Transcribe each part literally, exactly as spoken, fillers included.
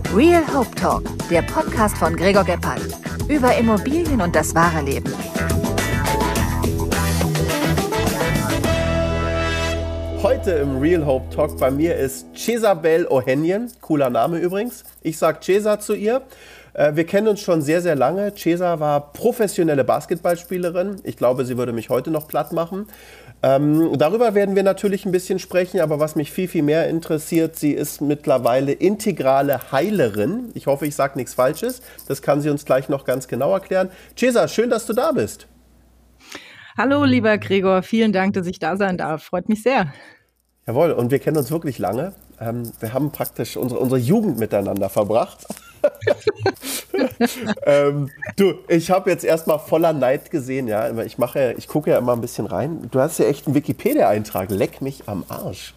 Real Hope Talk, der Podcast von Gregor Gebhardt. Über Immobilien und das wahre Leben. Heute im Real Hope Talk bei mir ist Jezabel Ohenjen, cooler Name übrigens. Ich sage Ceza zu ihr. Wir kennen uns schon sehr, sehr lange. Ceza war professionelle Basketballspielerin. Ich glaube, sie würde mich heute noch platt machen. Ähm, darüber werden wir natürlich ein bisschen sprechen, aber was mich viel, viel mehr interessiert, sie ist mittlerweile integrale Heilerin. Ich hoffe, ich sage nichts Falsches. Das kann sie uns gleich noch ganz genau erklären. Ceza, schön, dass du da bist. Hallo, lieber Gregor. Vielen Dank, dass ich da sein darf. Freut mich sehr. Jawohl, und wir kennen uns wirklich lange. Ähm, wir haben praktisch unsere, unsere Jugend miteinander verbracht. ähm, du, ich habe jetzt erstmal voller Neid gesehen, ja. Ich mache, ich gucke ja immer ein bisschen rein. Du hast ja echt einen Wikipedia-Eintrag. Leck mich am Arsch.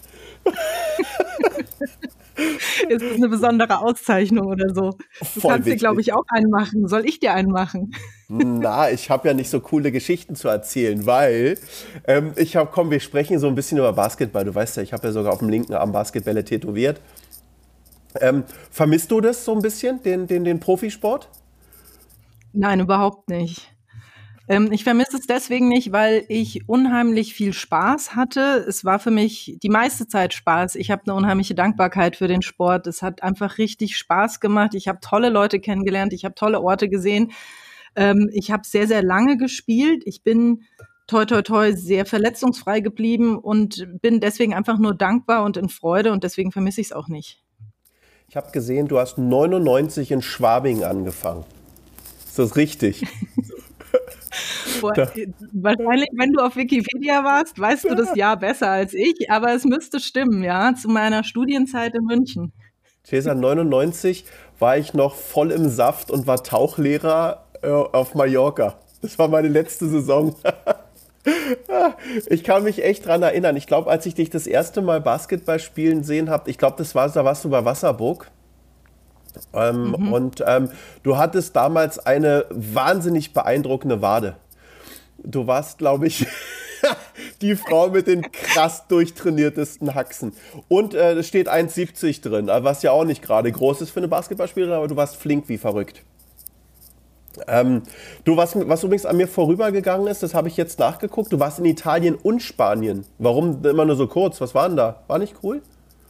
Ist das eine besondere Auszeichnung oder so? Du Voll kannst dir, glaube ich, auch einen machen. Soll ich dir einen machen? Na, ich habe ja nicht so coole Geschichten zu erzählen, weil ähm, ich habe, komm, wir sprechen so ein bisschen über Basketball. Du weißt ja, ich habe ja sogar auf dem linken Arm Basketbälle tätowiert. Ähm, vermisst du das so ein bisschen, den, den, den Profisport? Nein, überhaupt nicht. Ähm, ich vermisse es deswegen nicht, weil ich unheimlich viel Spaß hatte. Es war für mich die meiste Zeit Spaß. Ich habe eine unheimliche Dankbarkeit für den Sport. Es hat einfach richtig Spaß gemacht. Ich habe tolle Leute kennengelernt. Ich habe tolle Orte gesehen. Ähm, ich habe sehr, sehr lange gespielt. Ich bin toi, toi, toi sehr verletzungsfrei geblieben und bin deswegen einfach nur dankbar und in Freude und deswegen vermisse ich es auch nicht. Ich habe gesehen, du hast neunundneunzig in Schwabing angefangen. Ist das richtig? Boah, wahrscheinlich, wenn du auf Wikipedia warst, weißt du das Jahr besser als ich, aber es müsste stimmen, ja, zu meiner Studienzeit in München. Ceza, neunundneunzig war ich noch voll im Saft und war Tauchlehrer äh, auf Mallorca. Das war meine letzte Saison. Ich kann mich echt dran erinnern. Ich glaube, als ich dich das erste Mal Basketball spielen sehen habe, ich glaube, das war, da warst du bei Wasserburg. Ähm, mhm. Und ähm, du hattest damals eine wahnsinnig beeindruckende Wade. Du warst, glaube ich, die Frau mit den krass durchtrainiertesten Haxen. Und es äh, steht eins siebzig drin, was ja auch nicht gerade groß ist für eine Basketballspielerin, aber du warst flink wie verrückt. Ähm, du, was, was übrigens an mir vorübergegangen ist, das habe ich jetzt nachgeguckt, du warst in Italien und Spanien. Warum immer nur so kurz? Was war denn da? War nicht cool?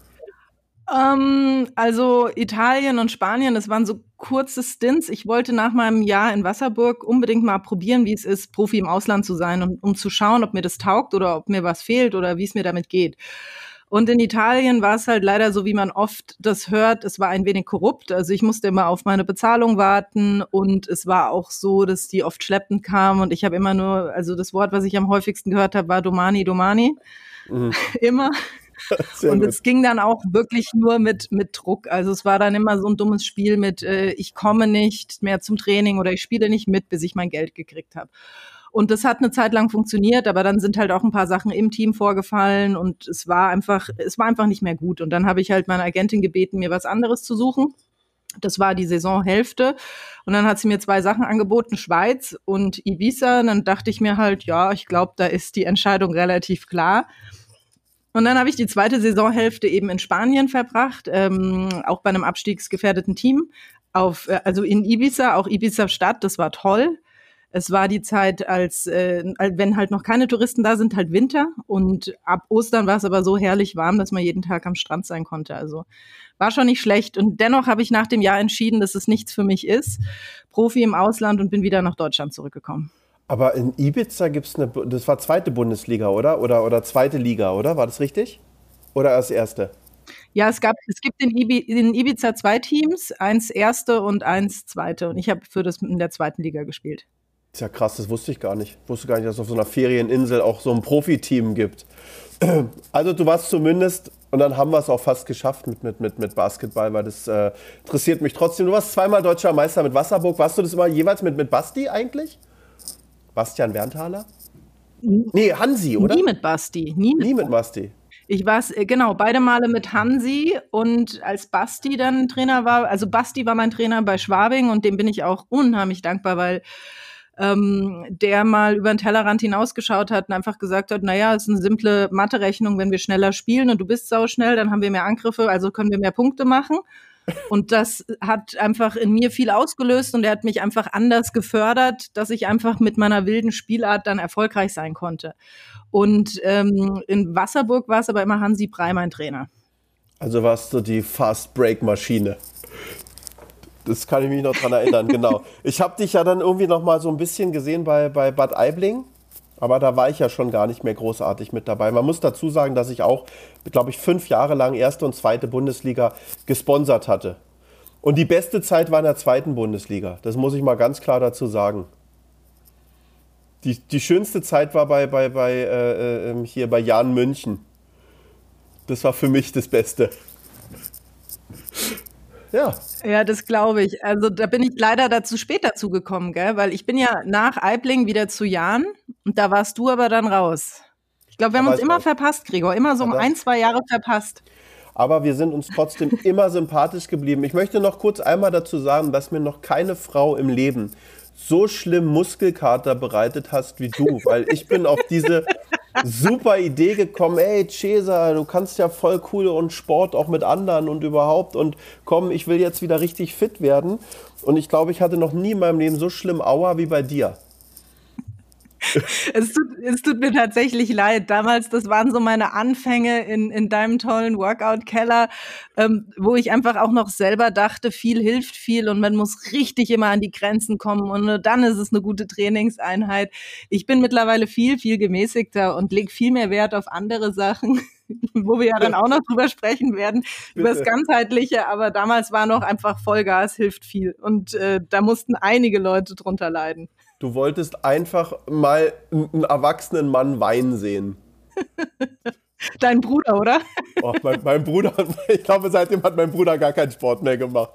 Ähm, also Italien und Spanien, das waren so kurze Stints. Ich wollte nach meinem Jahr in Wasserburg unbedingt mal probieren, wie es ist, Profi im Ausland zu sein, um, um zu schauen, ob mir das taugt oder ob mir was fehlt oder wie es mir damit geht. Und in Italien war es halt leider so, wie man oft das hört, es war ein wenig korrupt. Also ich musste immer auf meine Bezahlung warten und es war auch so, dass die oft schleppend kamen und ich habe immer nur, also das Wort, was ich am häufigsten gehört habe, war Domani, Domani. Mhm. Immer. Sehr und gut. Es ging dann auch wirklich nur mit mit Druck. Also es war dann immer so ein dummes Spiel mit, äh, ich komme nicht mehr zum Training oder ich spiele nicht mit, bis ich mein Geld gekriegt habe. Und das hat eine Zeit lang funktioniert, aber dann sind halt auch ein paar Sachen im Team vorgefallen und es war einfach, es war einfach nicht mehr gut. Und dann habe ich halt meine Agentin gebeten, mir was anderes zu suchen. Das war die Saisonhälfte. Und dann hat sie mir zwei Sachen angeboten, Schweiz und Ibiza. Und dann dachte ich mir halt, ja, ich glaube, da ist die Entscheidung relativ klar. Und dann habe ich die zweite Saisonhälfte eben in Spanien verbracht, ähm, auch bei einem abstiegsgefährdeten Team, auf, also in Ibiza, auch Ibiza Stadt, das war toll. Es war die Zeit, als äh, wenn halt noch keine Touristen da sind, halt Winter. Und ab Ostern war es aber so herrlich warm, dass man jeden Tag am Strand sein konnte. Also war schon nicht schlecht. Und dennoch habe ich nach dem Jahr entschieden, dass es nichts für mich ist. Profi im Ausland und bin wieder nach Deutschland zurückgekommen. Aber in Ibiza gibt es eine, das war zweite Bundesliga, oder? Oder, oder zweite Liga, oder? War das richtig? Oder erst erste? Ja, es gab, es gibt in, Ibi, in Ibiza zwei Teams, eins erste und eins zweite. Und ich habe für das in der zweiten Liga gespielt. Das ist ja krass, das wusste ich gar nicht. Ich wusste gar nicht, dass es auf so einer Ferieninsel auch so ein Profiteam gibt. Also du warst zumindest, und dann haben wir es auch fast geschafft mit, mit, mit, mit Basketball, weil das äh, interessiert mich trotzdem. Du warst zweimal deutscher Meister mit Wasserburg. Warst du das immer jeweils mit, mit Basti eigentlich? Bastian Werntaler? Nee, Hansi, oder? Nie mit Basti. Nie mit, Nie mit Basti. Ich war genau, beide Male mit Hansi und als Basti dann Trainer war, also Basti war mein Trainer bei Schwabing und dem bin ich auch unheimlich dankbar, weil ähm, der mal über den Tellerrand hinausgeschaut hat und einfach gesagt hat, naja, es ist eine simple Mathe-Rechnung, wenn wir schneller spielen und du bist sauschnell, dann haben wir mehr Angriffe, also können wir mehr Punkte machen. Und das hat einfach in mir viel ausgelöst und er hat mich einfach anders gefördert, dass ich einfach mit meiner wilden Spielart dann erfolgreich sein konnte. Und ähm, in Wasserburg war es aber immer Hansi Prey mein Trainer. Also warst du die Fast-Break-Maschine. Das kann ich mich noch dran erinnern, genau. Ich habe dich ja dann irgendwie noch mal so ein bisschen gesehen bei, bei Bad Aibling. Aber da war ich ja schon gar nicht mehr großartig mit dabei. Man muss dazu sagen, dass ich auch, glaube ich, fünf Jahre lang erste und zweite Bundesliga gesponsert hatte. Und die beste Zeit war in der zweiten Bundesliga. Das muss ich mal ganz klar dazu sagen. Die, die schönste Zeit war bei, bei, bei, äh, äh, hier bei Jan München. Das war für mich das Beste. Ja. Ja, das glaube ich. Also da bin ich leider dazu spät dazu gekommen, gell? Weil ich bin ja nach Aibling wieder zu Jan und da warst du aber dann raus. Ich glaube, wir haben uns immer was. verpasst, Gregor, immer so um ein, zwei Jahre verpasst. Aber wir sind uns trotzdem immer sympathisch geblieben. Ich möchte noch kurz einmal dazu sagen, dass mir noch keine Frau im Leben so schlimm Muskelkater bereitet hast wie du, weil ich bin auf diese super Idee gekommen, ey Cesar, du kannst ja voll cool und Sport auch mit anderen und überhaupt und komm, ich will jetzt wieder richtig fit werden und ich glaube, ich hatte noch nie in meinem Leben so schlimm Aua wie bei dir. Es tut, es tut mir tatsächlich leid. Damals, das waren so meine Anfänge in, in deinem tollen Workout-Keller, ähm, wo ich einfach auch noch selber dachte, viel hilft viel und man muss richtig immer an die Grenzen kommen und nur dann ist es eine gute Trainingseinheit. Ich bin mittlerweile viel, viel gemäßigter und lege viel mehr Wert auf andere Sachen, wo wir ja dann auch noch drüber sprechen werden, über das Ganzheitliche, aber damals war noch einfach Vollgas, hilft viel und äh, da mussten einige Leute drunter leiden. Du wolltest einfach mal einen erwachsenen Mann weinen sehen. Dein Bruder, oder? Oh, mein, mein Bruder, ich glaube, seitdem hat mein Bruder gar keinen Sport mehr gemacht.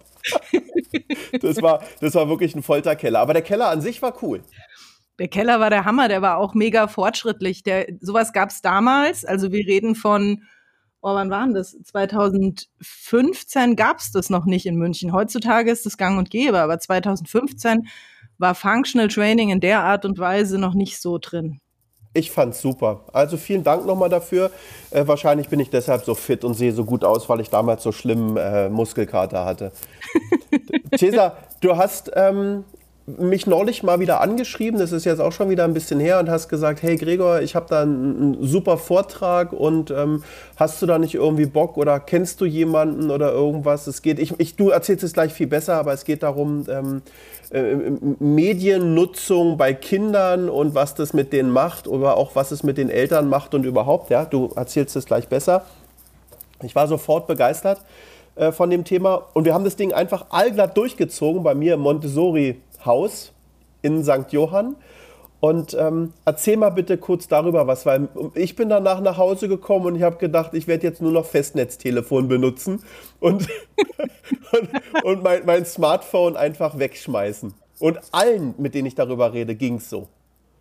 Das war, das war wirklich ein Folterkeller. Aber der Keller an sich war cool. Der Keller war der Hammer, der war auch mega fortschrittlich. Der, sowas gab es damals. Also wir reden von, oh, wann waren das? zweitausendfünfzehn gab es das noch nicht in München. Heutzutage ist das gang und gäbe, aber zweitausendfünfzehn war Functional Training in der Art und Weise noch nicht so drin. Ich fand's super. Also vielen Dank nochmal dafür. Äh, wahrscheinlich bin ich deshalb so fit und sehe so gut aus, weil ich damals so schlimm äh, Muskelkater hatte. Cesar, du hast ähm, mich neulich mal wieder angeschrieben, das ist jetzt auch schon wieder ein bisschen her, und hast gesagt, hey Gregor, ich habe da einen, einen super Vortrag und ähm, hast du da nicht irgendwie Bock oder kennst du jemanden oder irgendwas? Es geht, ich, ich, du erzählst es gleich viel besser, aber es geht darum, ähm, äh, Mediennutzung bei Kindern und was das mit denen macht oder auch was es mit den Eltern macht und überhaupt, ja, du erzählst es gleich besser. Ich war sofort begeistert äh, von dem Thema und wir haben das Ding einfach allglatt durchgezogen bei mir im Montessori-Haus in Sankt Johann. Und ähm, erzähl mal bitte kurz darüber was, weil ich bin danach nach Hause gekommen und ich habe gedacht, ich werde jetzt nur noch Festnetztelefon benutzen und, und, und mein, mein Smartphone einfach wegschmeißen. Und allen, mit denen ich darüber rede, ging es so.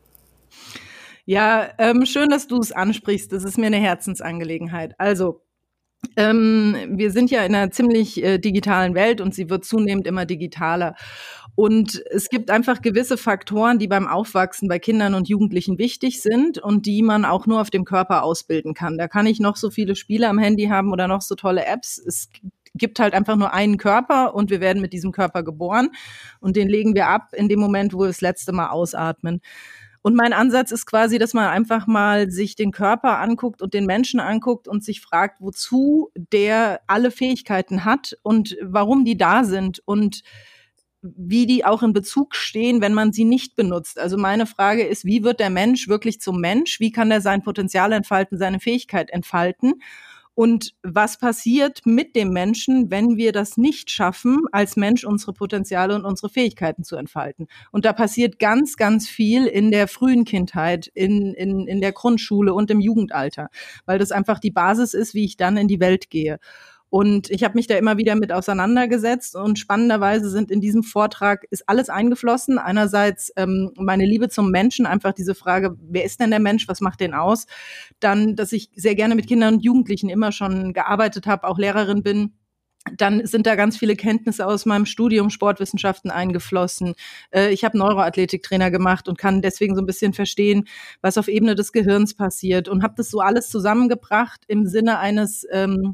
Ja, ähm, schön, dass du es ansprichst. Das ist mir eine Herzensangelegenheit. Also, ähm, wir sind ja in einer ziemlich äh, digitalen Welt und sie wird zunehmend immer digitaler. Und es gibt einfach gewisse Faktoren, die beim Aufwachsen bei Kindern und Jugendlichen wichtig sind und die man auch nur auf dem Körper ausbilden kann. Da kann ich noch so viele Spiele am Handy haben oder noch so tolle Apps. Es gibt halt einfach nur einen Körper und wir werden mit diesem Körper geboren und den legen wir ab in dem Moment, wo wir das letzte Mal ausatmen. Und mein Ansatz ist quasi, dass man einfach mal sich den Körper anguckt und den Menschen anguckt und sich fragt, wozu der alle Fähigkeiten hat und warum die da sind und wie die auch in Bezug stehen, wenn man sie nicht benutzt. Also meine Frage ist, wie wird der Mensch wirklich zum Mensch? Wie kann er sein Potenzial entfalten, seine Fähigkeit entfalten? Und was passiert mit dem Menschen, wenn wir das nicht schaffen, als Mensch unsere Potenziale und unsere Fähigkeiten zu entfalten? Und da passiert ganz, ganz viel in der frühen Kindheit, in, in, in der Grundschule und im Jugendalter, weil das einfach die Basis ist, wie ich dann in die Welt gehe. Und ich habe mich da immer wieder mit auseinandergesetzt und spannenderweise sind in diesem Vortrag ist alles eingeflossen. Einerseits ähm, meine Liebe zum Menschen, einfach diese Frage, wer ist denn der Mensch, was macht den aus? Dann, dass ich sehr gerne mit Kindern und Jugendlichen immer schon gearbeitet habe, auch Lehrerin bin. Dann sind da ganz viele Kenntnisse aus meinem Studium Sportwissenschaften eingeflossen. Äh, ich habe Neuroathletiktrainer gemacht und kann deswegen so ein bisschen verstehen, was auf Ebene des Gehirns passiert und habe das so alles zusammengebracht im Sinne eines ähm,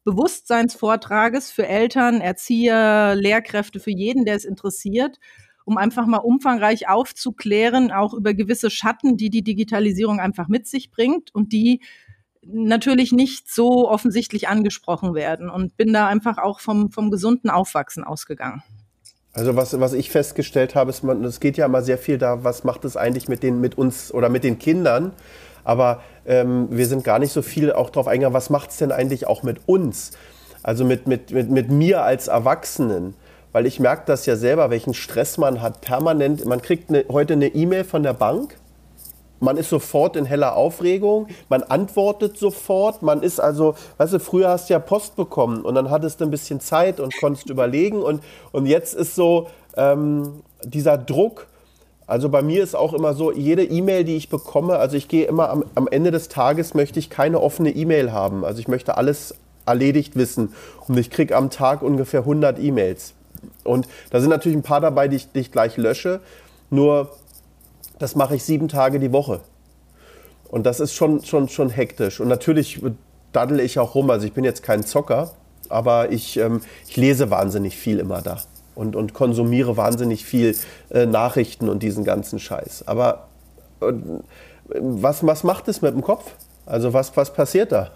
Bewusstseinsvortrages für Eltern, Erzieher, Lehrkräfte, für jeden, der es interessiert, um einfach mal umfangreich aufzuklären, auch über gewisse Schatten, die die Digitalisierung einfach mit sich bringt und die natürlich nicht so offensichtlich angesprochen werden, und bin da einfach auch vom, vom gesunden Aufwachsen ausgegangen. Also was, was ich festgestellt habe, ist, man, es geht ja immer sehr viel da, was macht es eigentlich mit, den, mit uns oder mit den Kindern, aber ähm, wir sind gar nicht so viel auch drauf eingegangen, was macht es denn eigentlich auch mit uns, also mit, mit, mit, mit mir als Erwachsenen. Weil ich merke das ja selber, welchen Stress man hat permanent. Man kriegt eine, heute eine E-Mail von der Bank, man ist sofort in heller Aufregung, man antwortet sofort, man ist also, weißt du, früher hast du ja Post bekommen und dann hattest du ein bisschen Zeit und konntest überlegen und, und jetzt ist so ähm, dieser Druck. Also bei mir ist auch immer so, jede E-Mail, die ich bekomme, also ich gehe immer am, am Ende des Tages, möchte ich keine offene E-Mail haben. Also ich möchte alles erledigt wissen und ich kriege am Tag ungefähr hundert E-Mails. Und da sind natürlich ein paar dabei, die ich, die ich gleich lösche, nur das mache ich sieben Tage die Woche. Und das ist schon, schon, schon hektisch. Und natürlich daddel ich auch rum. Also ich bin jetzt kein Zocker, aber ich, ähm, ich lese wahnsinnig viel immer da. Und, und konsumiere wahnsinnig viel äh, Nachrichten und diesen ganzen Scheiß. Aber äh, was, was macht es mit dem Kopf? Also was, was passiert da?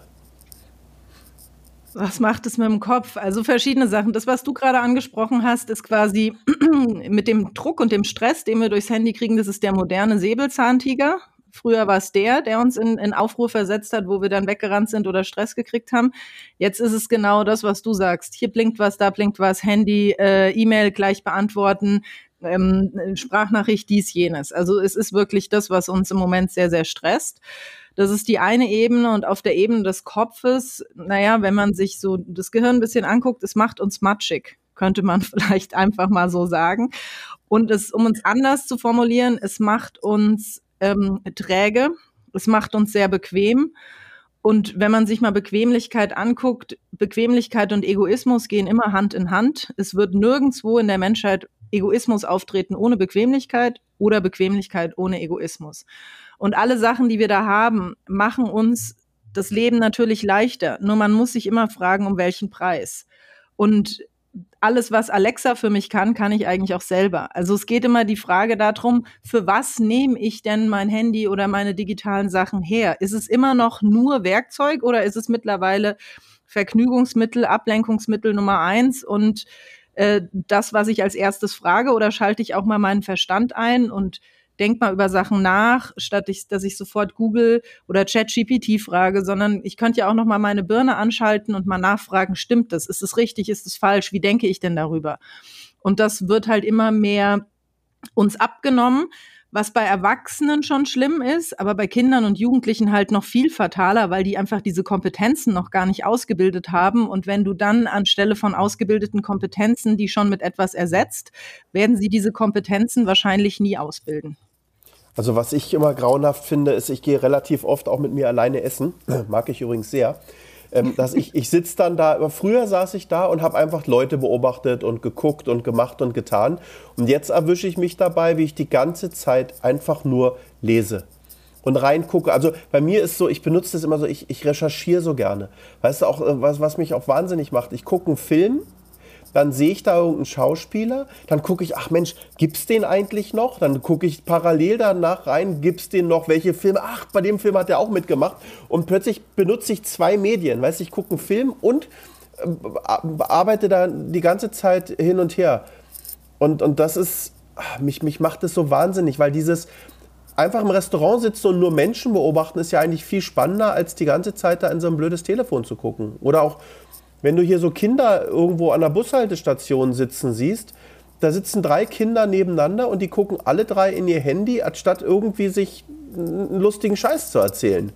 Was macht es mit dem Kopf? Also verschiedene Sachen. Das, was du gerade angesprochen hast, ist quasi mit dem Druck und dem Stress, den wir durchs Handy kriegen, das ist der moderne Säbelzahntiger. Früher war es der, der uns in, in Aufruhr versetzt hat, wo wir dann weggerannt sind oder Stress gekriegt haben. Jetzt ist es genau das, was du sagst. Hier blinkt was, da blinkt was, Handy, äh, E-Mail gleich beantworten, ähm, Sprachnachricht, dies, jenes. Also es ist wirklich das, was uns im Moment sehr, sehr stresst. Das ist die eine Ebene, und auf der Ebene des Kopfes, naja, wenn man sich so das Gehirn ein bisschen anguckt, es macht uns matschig, könnte man vielleicht einfach mal so sagen. Und es, um uns anders zu formulieren, es macht uns ähm, träge, es macht uns sehr bequem. Und wenn man sich mal Bequemlichkeit anguckt, Bequemlichkeit und Egoismus gehen immer Hand in Hand. Es wird nirgendwo in der Menschheit Egoismus auftreten ohne Bequemlichkeit oder Bequemlichkeit ohne Egoismus. Und alle Sachen, die wir da haben, machen uns das Leben natürlich leichter. Nur man muss sich immer fragen, um welchen Preis. Und alles, was Alexa für mich kann, kann ich eigentlich auch selber. Also es geht immer die Frage darum, für was nehme ich denn mein Handy oder meine digitalen Sachen her? Ist es immer noch nur Werkzeug oder ist es mittlerweile Vergnügungsmittel, Ablenkungsmittel Nummer eins und äh, das, was ich als erstes frage, oder schalte ich auch mal meinen Verstand ein und denk mal über Sachen nach, statt ich, dass ich sofort Google oder ChatGPT frage, sondern ich könnte ja auch noch mal meine Birne anschalten und mal nachfragen, stimmt das? Ist es richtig? Ist es falsch? Wie denke ich denn darüber? Und das wird halt immer mehr uns abgenommen, was bei Erwachsenen schon schlimm ist, aber bei Kindern und Jugendlichen halt noch viel fataler, weil die einfach diese Kompetenzen noch gar nicht ausgebildet haben. Und wenn du dann anstelle von ausgebildeten Kompetenzen die schon mit etwas ersetzt, werden sie diese Kompetenzen wahrscheinlich nie ausbilden. Also was ich immer grauenhaft finde, ist, ich gehe relativ oft auch mit mir alleine essen, mag ich übrigens sehr, ähm, dass ich, ich sitze dann da, aber früher saß ich da und habe einfach Leute beobachtet und geguckt und gemacht und getan, und jetzt erwische ich mich dabei, wie ich die ganze Zeit einfach nur lese und reingucke. Also bei mir ist so, ich benutze das immer so, ich, ich recherchiere so gerne. Weißt du auch, was, was mich auch wahnsinnig macht, ich gucke einen Film, dann sehe ich da irgendeinen Schauspieler, dann gucke ich, ach Mensch, gibt's den eigentlich noch? Dann gucke ich parallel danach rein, gibt's den noch? Welche Filme? Ach, bei dem Film hat er auch mitgemacht. Und plötzlich benutze ich zwei Medien. Weißt du, ich gucke einen Film und äh, arbeite da die ganze Zeit hin und her. Und, und das ist, ach, mich, mich macht das so wahnsinnig, weil dieses einfach im Restaurant sitzen und nur Menschen beobachten ist ja eigentlich viel spannender, als die ganze Zeit da in so ein blödes Telefon zu gucken. Oder auch wenn du hier so Kinder irgendwo an der Bushaltestation sitzen siehst, da sitzen drei Kinder nebeneinander und die gucken alle drei in ihr Handy, anstatt irgendwie sich einen lustigen Scheiß zu erzählen.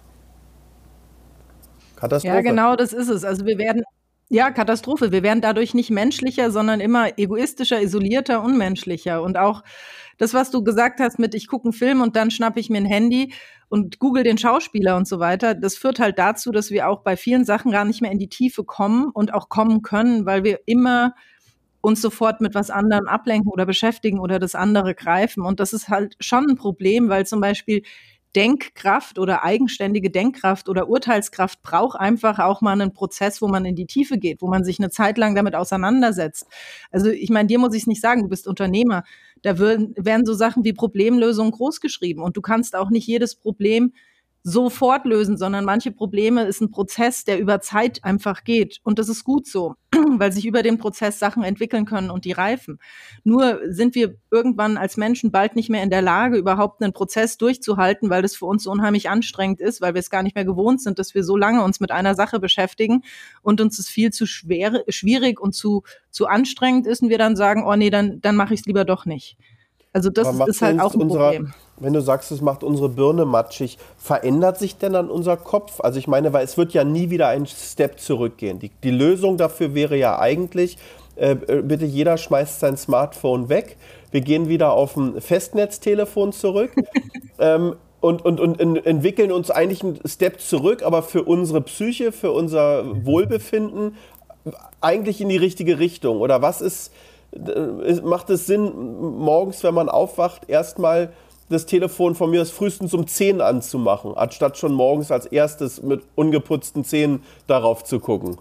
Katastrophe. Ja, genau, das ist es. Also wir werden, ja, Katastrophe. Wir werden dadurch nicht menschlicher, sondern immer egoistischer, isolierter, unmenschlicher. Und auch das, was du gesagt hast mit, ich gucke einen Film und dann schnappe ich mir ein Handy und google den Schauspieler und so weiter, das führt halt dazu, dass wir auch bei vielen Sachen gar nicht mehr in die Tiefe kommen und auch kommen können, weil wir immer uns sofort mit was anderem ablenken oder beschäftigen oder das andere greifen. Und das ist halt schon ein Problem, weil zum Beispiel Denkkraft oder eigenständige Denkkraft oder Urteilskraft braucht einfach auch mal einen Prozess, wo man in die Tiefe geht, wo man sich eine Zeit lang damit auseinandersetzt. Also ich meine, dir muss ich es nicht sagen, du bist Unternehmer. Da würden, werden so Sachen wie Problemlösungen großgeschrieben und du kannst auch nicht jedes Problem sofort lösen, sondern manche Probleme ist ein Prozess, der über Zeit einfach geht. Und das ist gut so, weil sich über den Prozess Sachen entwickeln können und die reifen. Nur sind wir irgendwann als Menschen bald nicht mehr in der Lage, überhaupt einen Prozess durchzuhalten, weil das für uns so unheimlich anstrengend ist, weil wir es gar nicht mehr gewohnt sind, dass wir so lange uns mit einer Sache beschäftigen und uns es viel zu schwer, schwierig und zu, zu anstrengend ist und wir dann sagen, oh nee, dann, dann mache ich es lieber doch nicht. Also das ist halt auch ein unserer, Problem. Wenn du sagst, es macht unsere Birne matschig, verändert sich denn dann unser Kopf? Also ich meine, weil es wird ja nie wieder einen Step zurückgehen. Die, die Lösung dafür wäre ja eigentlich, äh, bitte jeder schmeißt sein Smartphone weg. Wir gehen wieder auf ein Festnetztelefon zurück ähm, und, und, und entwickeln uns eigentlich einen Step zurück, aber für unsere Psyche, für unser Wohlbefinden eigentlich in die richtige Richtung. Oder was ist... Macht es Sinn, morgens, wenn man aufwacht, erstmal das Telefon von mir aus frühestens um zehn anzumachen, anstatt schon morgens als erstes mit ungeputzten Zähnen darauf zu gucken?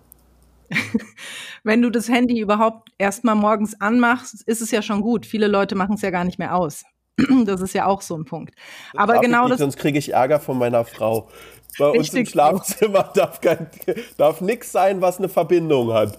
Wenn du das Handy überhaupt erstmal morgens anmachst, ist es ja schon gut. Viele Leute machen es ja gar nicht mehr aus. Das ist ja auch so ein Punkt. Das Aber darf genau ich nicht, das. Sonst kriege ich Ärger von meiner Frau. Bei uns im Schlafzimmer darf, kein, darf nichts sein, was eine Verbindung hat.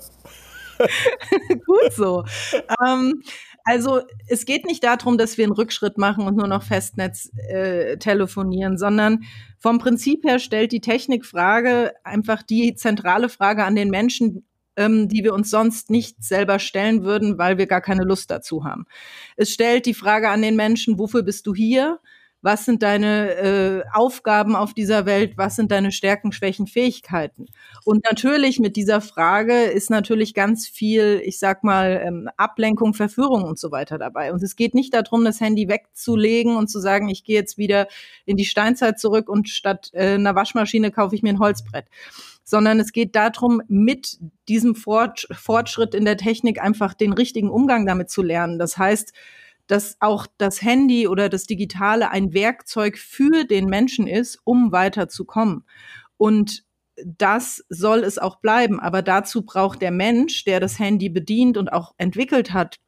Gut so. Ähm, also es geht nicht darum, dass wir einen Rückschritt machen und nur noch Festnetz äh, telefonieren, sondern vom Prinzip her stellt die Technikfrage einfach die zentrale Frage an den Menschen, ähm, die wir uns sonst nicht selber stellen würden, weil wir gar keine Lust dazu haben. Es stellt die Frage an den Menschen, wofür bist du hier? Was sind deine äh, Aufgaben auf dieser Welt? Was sind deine Stärken, Schwächen, Fähigkeiten? Und natürlich mit dieser Frage ist natürlich ganz viel, ich sag mal, ähm, Ablenkung, Verführung und so weiter dabei. Und es geht nicht darum, das Handy wegzulegen und zu sagen, ich gehe jetzt wieder in die Steinzeit zurück und statt äh, einer Waschmaschine kaufe ich mir ein Holzbrett. Sondern es geht darum, mit diesem Fort- Fortschritt in der Technik einfach den richtigen Umgang damit zu lernen. Das heißt, dass auch das Handy oder das Digitale ein Werkzeug für den Menschen ist, um weiterzukommen. Und das soll es auch bleiben. Aber dazu braucht der Mensch, der das Handy bedient und auch entwickelt hat,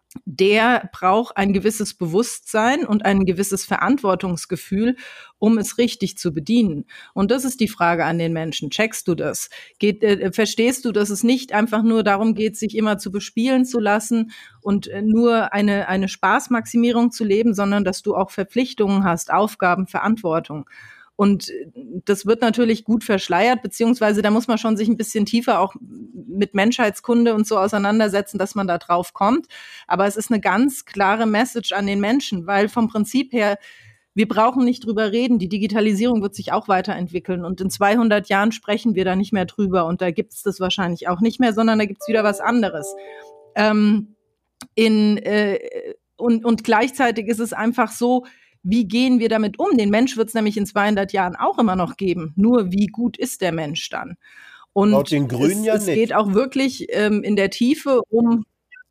der braucht ein gewisses Bewusstsein und ein gewisses Verantwortungsgefühl, um es richtig zu bedienen. Und das ist die Frage an den Menschen. Checkst du das? Geht, äh, verstehst du, dass es nicht einfach nur darum geht, sich immer zu bespielen zu lassen und äh, nur eine, eine Spaßmaximierung zu leben, sondern dass du auch Verpflichtungen hast, Aufgaben, Verantwortung. Und das wird natürlich gut verschleiert, beziehungsweise da muss man schon sich ein bisschen tiefer auch mit Menschheitskunde und so auseinandersetzen, dass man da drauf kommt. Aber es ist eine ganz klare Message an den Menschen, weil vom Prinzip her, wir brauchen nicht drüber reden. Die Digitalisierung wird sich auch weiterentwickeln und in zweihundert Jahren sprechen wir da nicht mehr drüber und da gibt es das wahrscheinlich auch nicht mehr, sondern da gibt es wieder was anderes. Ähm, in, äh, und, und gleichzeitig ist es einfach so, wie gehen wir damit um? Den Mensch wird es nämlich in zweihundert Jahren auch immer noch geben. Nur wie gut ist der Mensch dann? Und laut den Grünen es, ja es nicht. geht auch wirklich ähm, in der Tiefe um...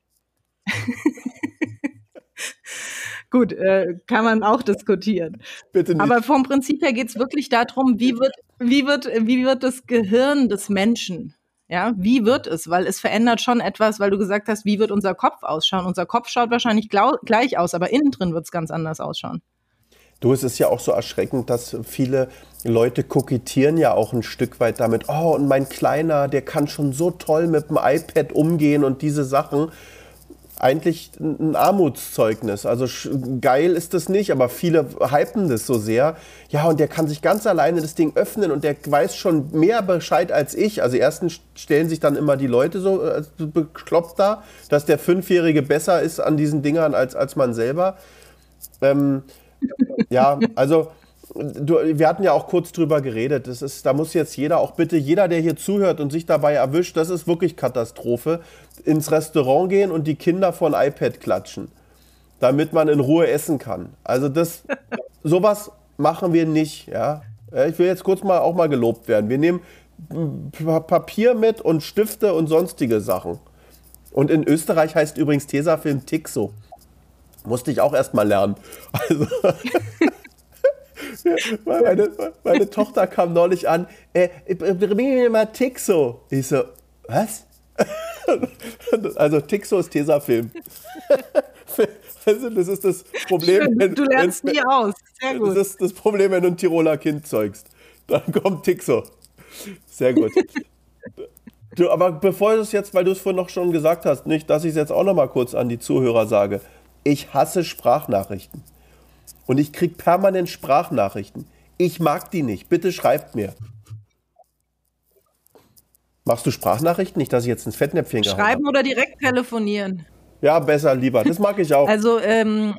Gut, äh, kann man auch diskutieren. Bitte nicht. Aber vom Prinzip her geht es wirklich darum, wie wird, wie wird, wie wird das Gehirn des Menschen? Ja, wie wird es? Weil es verändert schon etwas, weil du gesagt hast, wie wird unser Kopf ausschauen? Unser Kopf schaut wahrscheinlich glau- gleich aus, aber innen drin wird es ganz anders ausschauen. Du, es ist ja auch so erschreckend, dass viele Leute kokettieren ja auch ein Stück weit damit. Oh, und mein Kleiner, der kann schon so toll mit dem iPad umgehen und diese Sachen. Eigentlich ein Armutszeugnis. Also geil ist das nicht, aber viele hypen das so sehr. Ja, und der kann sich ganz alleine das Ding öffnen und der weiß schon mehr Bescheid als ich. Also erstens stellen sich dann immer die Leute so äh, bekloppt da, dass der Fünfjährige besser ist an diesen Dingern als, als man selber. Ähm, ja, also du, wir hatten ja auch kurz drüber geredet. Das ist, da muss jetzt jeder, auch bitte jeder, der hier zuhört und sich dabei erwischt, das ist wirklich Katastrophe, ins Restaurant gehen und die Kinder von iPad klatschen, damit man in Ruhe essen kann. Also das, sowas machen wir nicht. Ja? Ich will jetzt kurz mal auch mal gelobt werden. Wir nehmen Papier mit und Stifte und sonstige Sachen. Und in Österreich heißt übrigens Tesafilm Tixo. Musste ich auch erst mal lernen. Also Meine, meine Tochter kam neulich an, äh, bring mir mal Tixo. Ich so, was? Also Tixo ist Tesafilm. Also das ist das Problem. Schön, wenn, du lernst nie aus. Sehr gut. Das ist das Problem, wenn du ein Tiroler Kind zeugst. Dann kommt Tixo. Sehr gut. Du, aber bevor du es jetzt, weil du es vorhin noch schon gesagt hast, nicht, dass ich es jetzt auch noch mal kurz an die Zuhörer sage. Ich hasse Sprachnachrichten. Und ich kriege permanent Sprachnachrichten. Ich mag die nicht. Bitte schreibt mir. Machst du Sprachnachrichten? Nicht, dass ich jetzt ins Fettnäpfchen gehauen habe. Schreiben oder direkt telefonieren? Ja, besser, lieber. Das mag ich auch. Also, ähm,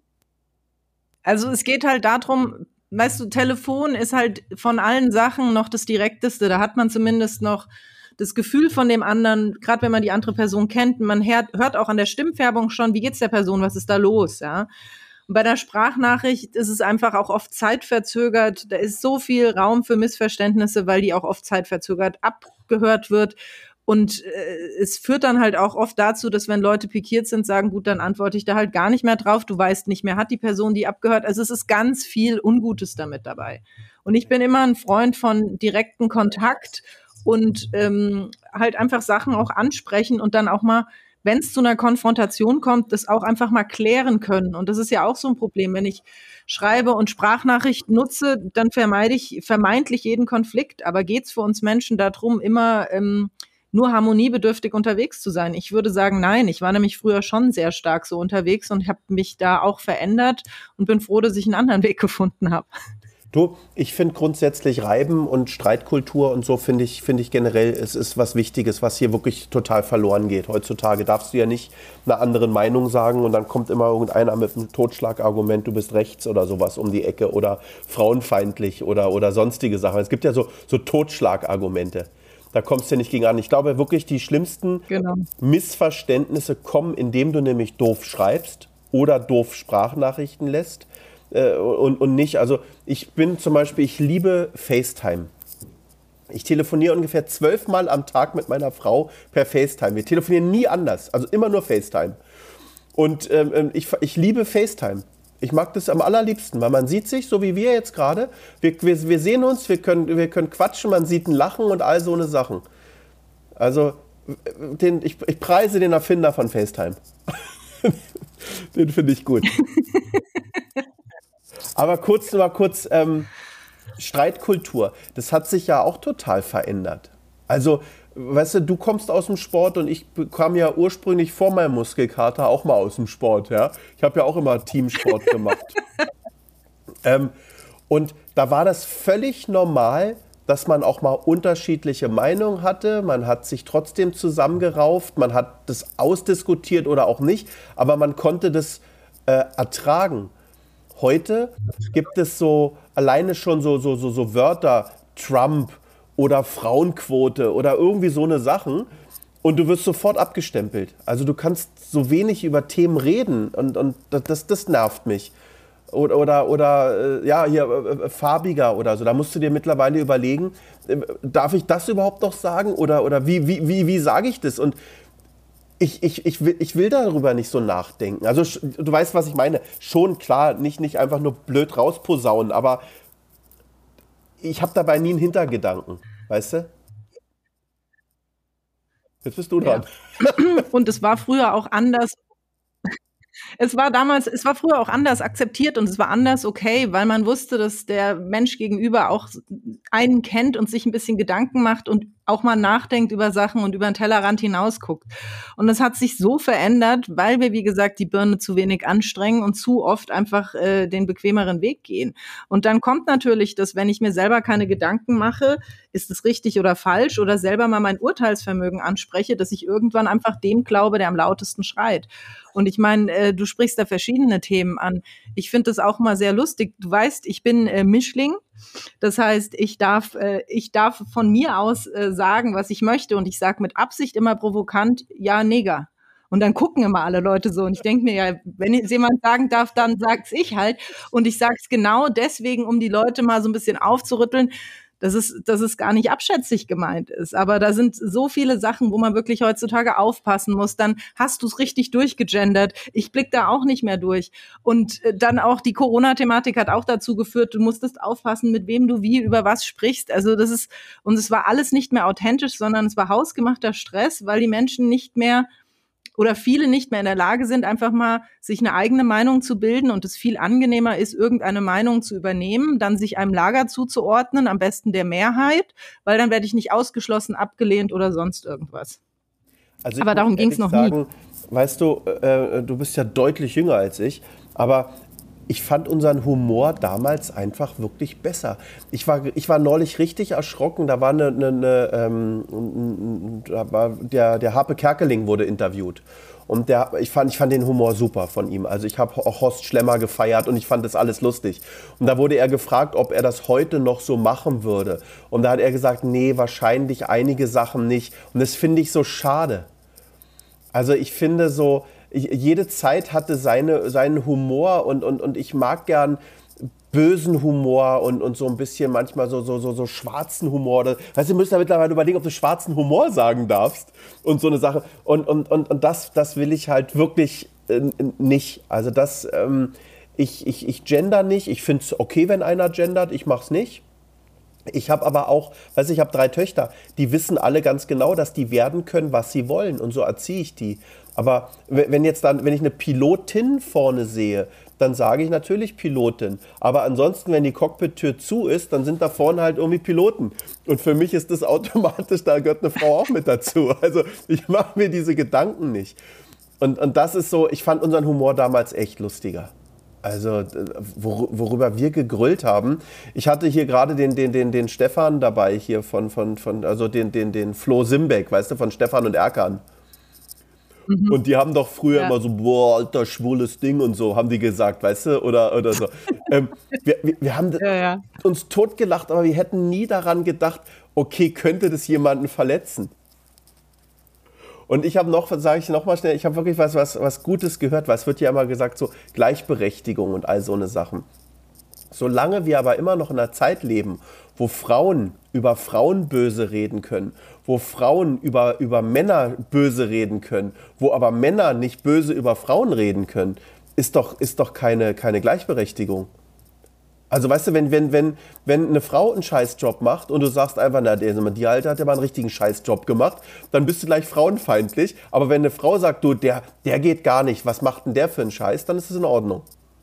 also es geht halt darum, weißt du, Telefon ist halt von allen Sachen noch das Direkteste. Da hat man zumindest noch das Gefühl von dem anderen, gerade wenn man die andere Person kennt. Man hört, hört auch an der Stimmfärbung schon, wie geht's der Person, was ist da los, ja. Und bei der Sprachnachricht ist es einfach auch oft zeitverzögert. Da ist so viel Raum für Missverständnisse, weil die auch oft zeitverzögert abgehört wird. Und äh, es führt dann halt auch oft dazu, dass wenn Leute pikiert sind, sagen, gut, dann antworte ich da halt gar nicht mehr drauf. Du weißt nicht mehr, hat die Person die abgehört? Also es ist ganz viel Ungutes damit dabei. Und ich bin immer ein Freund von direkten Kontakt und ähm, halt einfach Sachen auch ansprechen und dann auch mal, wenn es zu einer Konfrontation kommt, das auch einfach mal klären können. Und das ist ja auch so ein Problem. Wenn ich schreibe und Sprachnachricht nutze, dann vermeide ich vermeintlich jeden Konflikt. Aber geht es für uns Menschen darum, immer ähm, nur harmoniebedürftig unterwegs zu sein? Ich würde sagen, nein. Ich war nämlich früher schon sehr stark so unterwegs und habe mich da auch verändert und bin froh, dass ich einen anderen Weg gefunden habe. Du, ich finde grundsätzlich Reiben und Streitkultur und so finde ich, finde ich generell, es ist was Wichtiges, was hier wirklich total verloren geht. Heutzutage darfst du ja nicht einer anderen Meinung sagen und dann kommt immer irgendeiner mit einem Totschlagargument, du bist rechts oder sowas um die Ecke oder frauenfeindlich oder, oder sonstige Sachen. Es gibt ja so, so Totschlagargumente. Da kommst du nicht gegen an. Ich glaube wirklich, die schlimmsten genau. Missverständnisse kommen, indem du nämlich doof schreibst oder doof Sprachnachrichten lässt. Und, und nicht, also ich bin zum Beispiel, ich liebe FaceTime. Ich telefoniere ungefähr zwölfmal am Tag mit meiner Frau per FaceTime. Wir telefonieren nie anders, also immer nur FaceTime. Und ähm, ich, ich liebe FaceTime. Ich mag das am allerliebsten, weil man sieht sich, so wie wir jetzt gerade. Wir, wir, wir sehen uns, wir können, wir können quatschen, man sieht ein Lachen und all so eine Sachen. Also den, ich, ich preise den Erfinder von FaceTime. Den finde ich gut. Aber kurz, mal kurz, ähm, Streitkultur, das hat sich ja auch total verändert. Also, weißt du, du kommst aus dem Sport und ich kam ja ursprünglich vor meinem Muskelkater auch mal aus dem Sport, ja. Ich habe ja auch immer Teamsport gemacht. ähm, und da war das völlig normal, dass man auch mal unterschiedliche Meinungen hatte. Man hat sich trotzdem zusammengerauft, man hat das ausdiskutiert oder auch nicht, aber man konnte das äh, ertragen. Heute gibt es so alleine schon so, so, so, so Wörter, Trump oder Frauenquote oder irgendwie so eine Sachen und du wirst sofort abgestempelt. Also du kannst so wenig über Themen reden und, und das, das nervt mich. Oder, oder, oder ja, hier äh, farbiger oder so. Da musst du dir mittlerweile überlegen, äh, darf ich das überhaupt noch sagen oder, oder wie, wie, wie, wie sage ich das? Und Ich, ich, ich, will, ich will darüber nicht so nachdenken. Also du weißt, was ich meine. Schon klar, nicht, nicht einfach nur blöd rausposaunen, aber ich habe dabei nie einen Hintergedanken, weißt du? Jetzt bist du dran. Ja. Und es war früher auch anders. Es war damals, es war früher auch anders akzeptiert und es war anders okay, weil man wusste, dass der Mensch gegenüber auch einen kennt und sich ein bisschen Gedanken macht und auch mal nachdenkt über Sachen und über den Tellerrand hinausguckt. Und das hat sich so verändert, weil wir, wie gesagt, die Birne zu wenig anstrengen und zu oft einfach äh, den bequemeren Weg gehen. Und dann kommt natürlich, dass wenn ich mir selber keine Gedanken mache, ist es richtig oder falsch oder selber mal mein Urteilsvermögen anspreche, dass ich irgendwann einfach dem glaube, der am lautesten schreit. Und ich meine, äh, du sprichst da verschiedene Themen an. Ich finde das auch mal sehr lustig. Du weißt, ich bin äh, Mischling. Das heißt, ich darf, äh, ich darf von mir aus äh, sagen, was ich möchte. Und ich sage mit Absicht immer provokant, ja, Neger. Und dann gucken immer alle Leute so. Und ich denke mir, ja, wenn es jemand sagen darf, dann sag's ich halt. Und ich sage es genau deswegen, um die Leute mal so ein bisschen aufzurütteln. dass es, dass es gar nicht abschätzig gemeint ist. Aber da sind so viele Sachen, wo man wirklich heutzutage aufpassen muss. Dann hast du es richtig durchgegendert. Ich blick da auch nicht mehr durch. Und dann auch die Corona-Thematik hat auch dazu geführt, du musstest aufpassen, mit wem du wie über was sprichst. Also das ist, und es war alles nicht mehr authentisch, sondern es war hausgemachter Stress, weil die Menschen nicht mehr oder viele nicht mehr in der Lage sind, einfach mal sich eine eigene Meinung zu bilden und es viel angenehmer ist, irgendeine Meinung zu übernehmen, dann sich einem Lager zuzuordnen, am besten der Mehrheit, weil dann werde ich nicht ausgeschlossen, abgelehnt oder sonst irgendwas. Also aber darum ging es noch sagen, nie. Weißt du, äh, du bist ja deutlich jünger als ich, aber ich fand unseren Humor damals einfach wirklich besser. Ich war, ich war neulich richtig erschrocken. Da war eine, eine, eine ähm, da war der, der Harpe Kerkeling wurde interviewt. Und der, ich, fand, ich fand den Humor super von ihm. Also ich habe auch Horst Schlemmer gefeiert und ich fand das alles lustig. Und da wurde er gefragt, ob er das heute noch so machen würde. Und da hat er gesagt, nee, wahrscheinlich einige Sachen nicht. Und das finde ich so schade. Also ich finde so, jede Zeit hatte seine, seinen Humor und, und, und ich mag gern bösen Humor und, und so ein bisschen manchmal so, so, so, so schwarzen Humor. Das, weißt du, du musst ja mittlerweile überlegen, ob du schwarzen Humor sagen darfst und so eine Sache. Und, und, und, und das, das will ich halt wirklich äh, nicht. Also das, ähm, ich, ich, ich gender nicht. Ich finde es okay, wenn einer gendert. Ich mach's nicht. Ich habe aber auch, weißt du, ich habe drei Töchter, die wissen alle ganz genau, dass die werden können, was sie wollen. Und so erziehe ich die. Aber wenn jetzt dann, wenn ich eine Pilotin vorne sehe, dann sage ich natürlich Pilotin. Aber ansonsten, wenn die Cockpit-Tür zu ist, dann sind da vorne halt irgendwie Piloten. Und für mich ist das automatisch, da gehört eine Frau auch mit dazu. Also ich mache mir diese Gedanken nicht. Und, und das ist so, ich fand unseren Humor damals echt lustiger. Also wor- worüber wir gegrüllt haben. Ich hatte hier gerade den, den, den, den Stefan dabei hier von, von, von also den, den, den Flo Simbeck, weißt du, von Stefan und Erkan. Mhm. Und die haben doch früher ja. immer so, boah, alter, schwules Ding und so, haben die gesagt, weißt du, oder, oder so. ähm, wir, wir, wir haben ja, ja. uns totgelacht, aber wir hätten nie daran gedacht, okay, könnte das jemanden verletzen? Und ich habe noch, sage ich noch mal schnell, ich habe wirklich was, was, was Gutes gehört, weil es wird ja immer gesagt, so Gleichberechtigung und all so eine Sachen. Solange wir aber immer noch in einer Zeit leben, wo Frauen über Frauen böse reden können, wo Frauen über, über Männer böse reden können, wo aber Männer nicht böse über Frauen reden können, ist doch, ist doch keine, keine Gleichberechtigung. Also weißt du, wenn, wenn, wenn, wenn eine Frau einen Scheißjob macht und du sagst einfach, na, die Alte hat ja mal einen richtigen Scheißjob gemacht, dann bist du gleich frauenfeindlich. Aber wenn eine Frau sagt, du, der, der geht gar nicht, was macht denn der für einen Scheiß, dann ist es in Ordnung.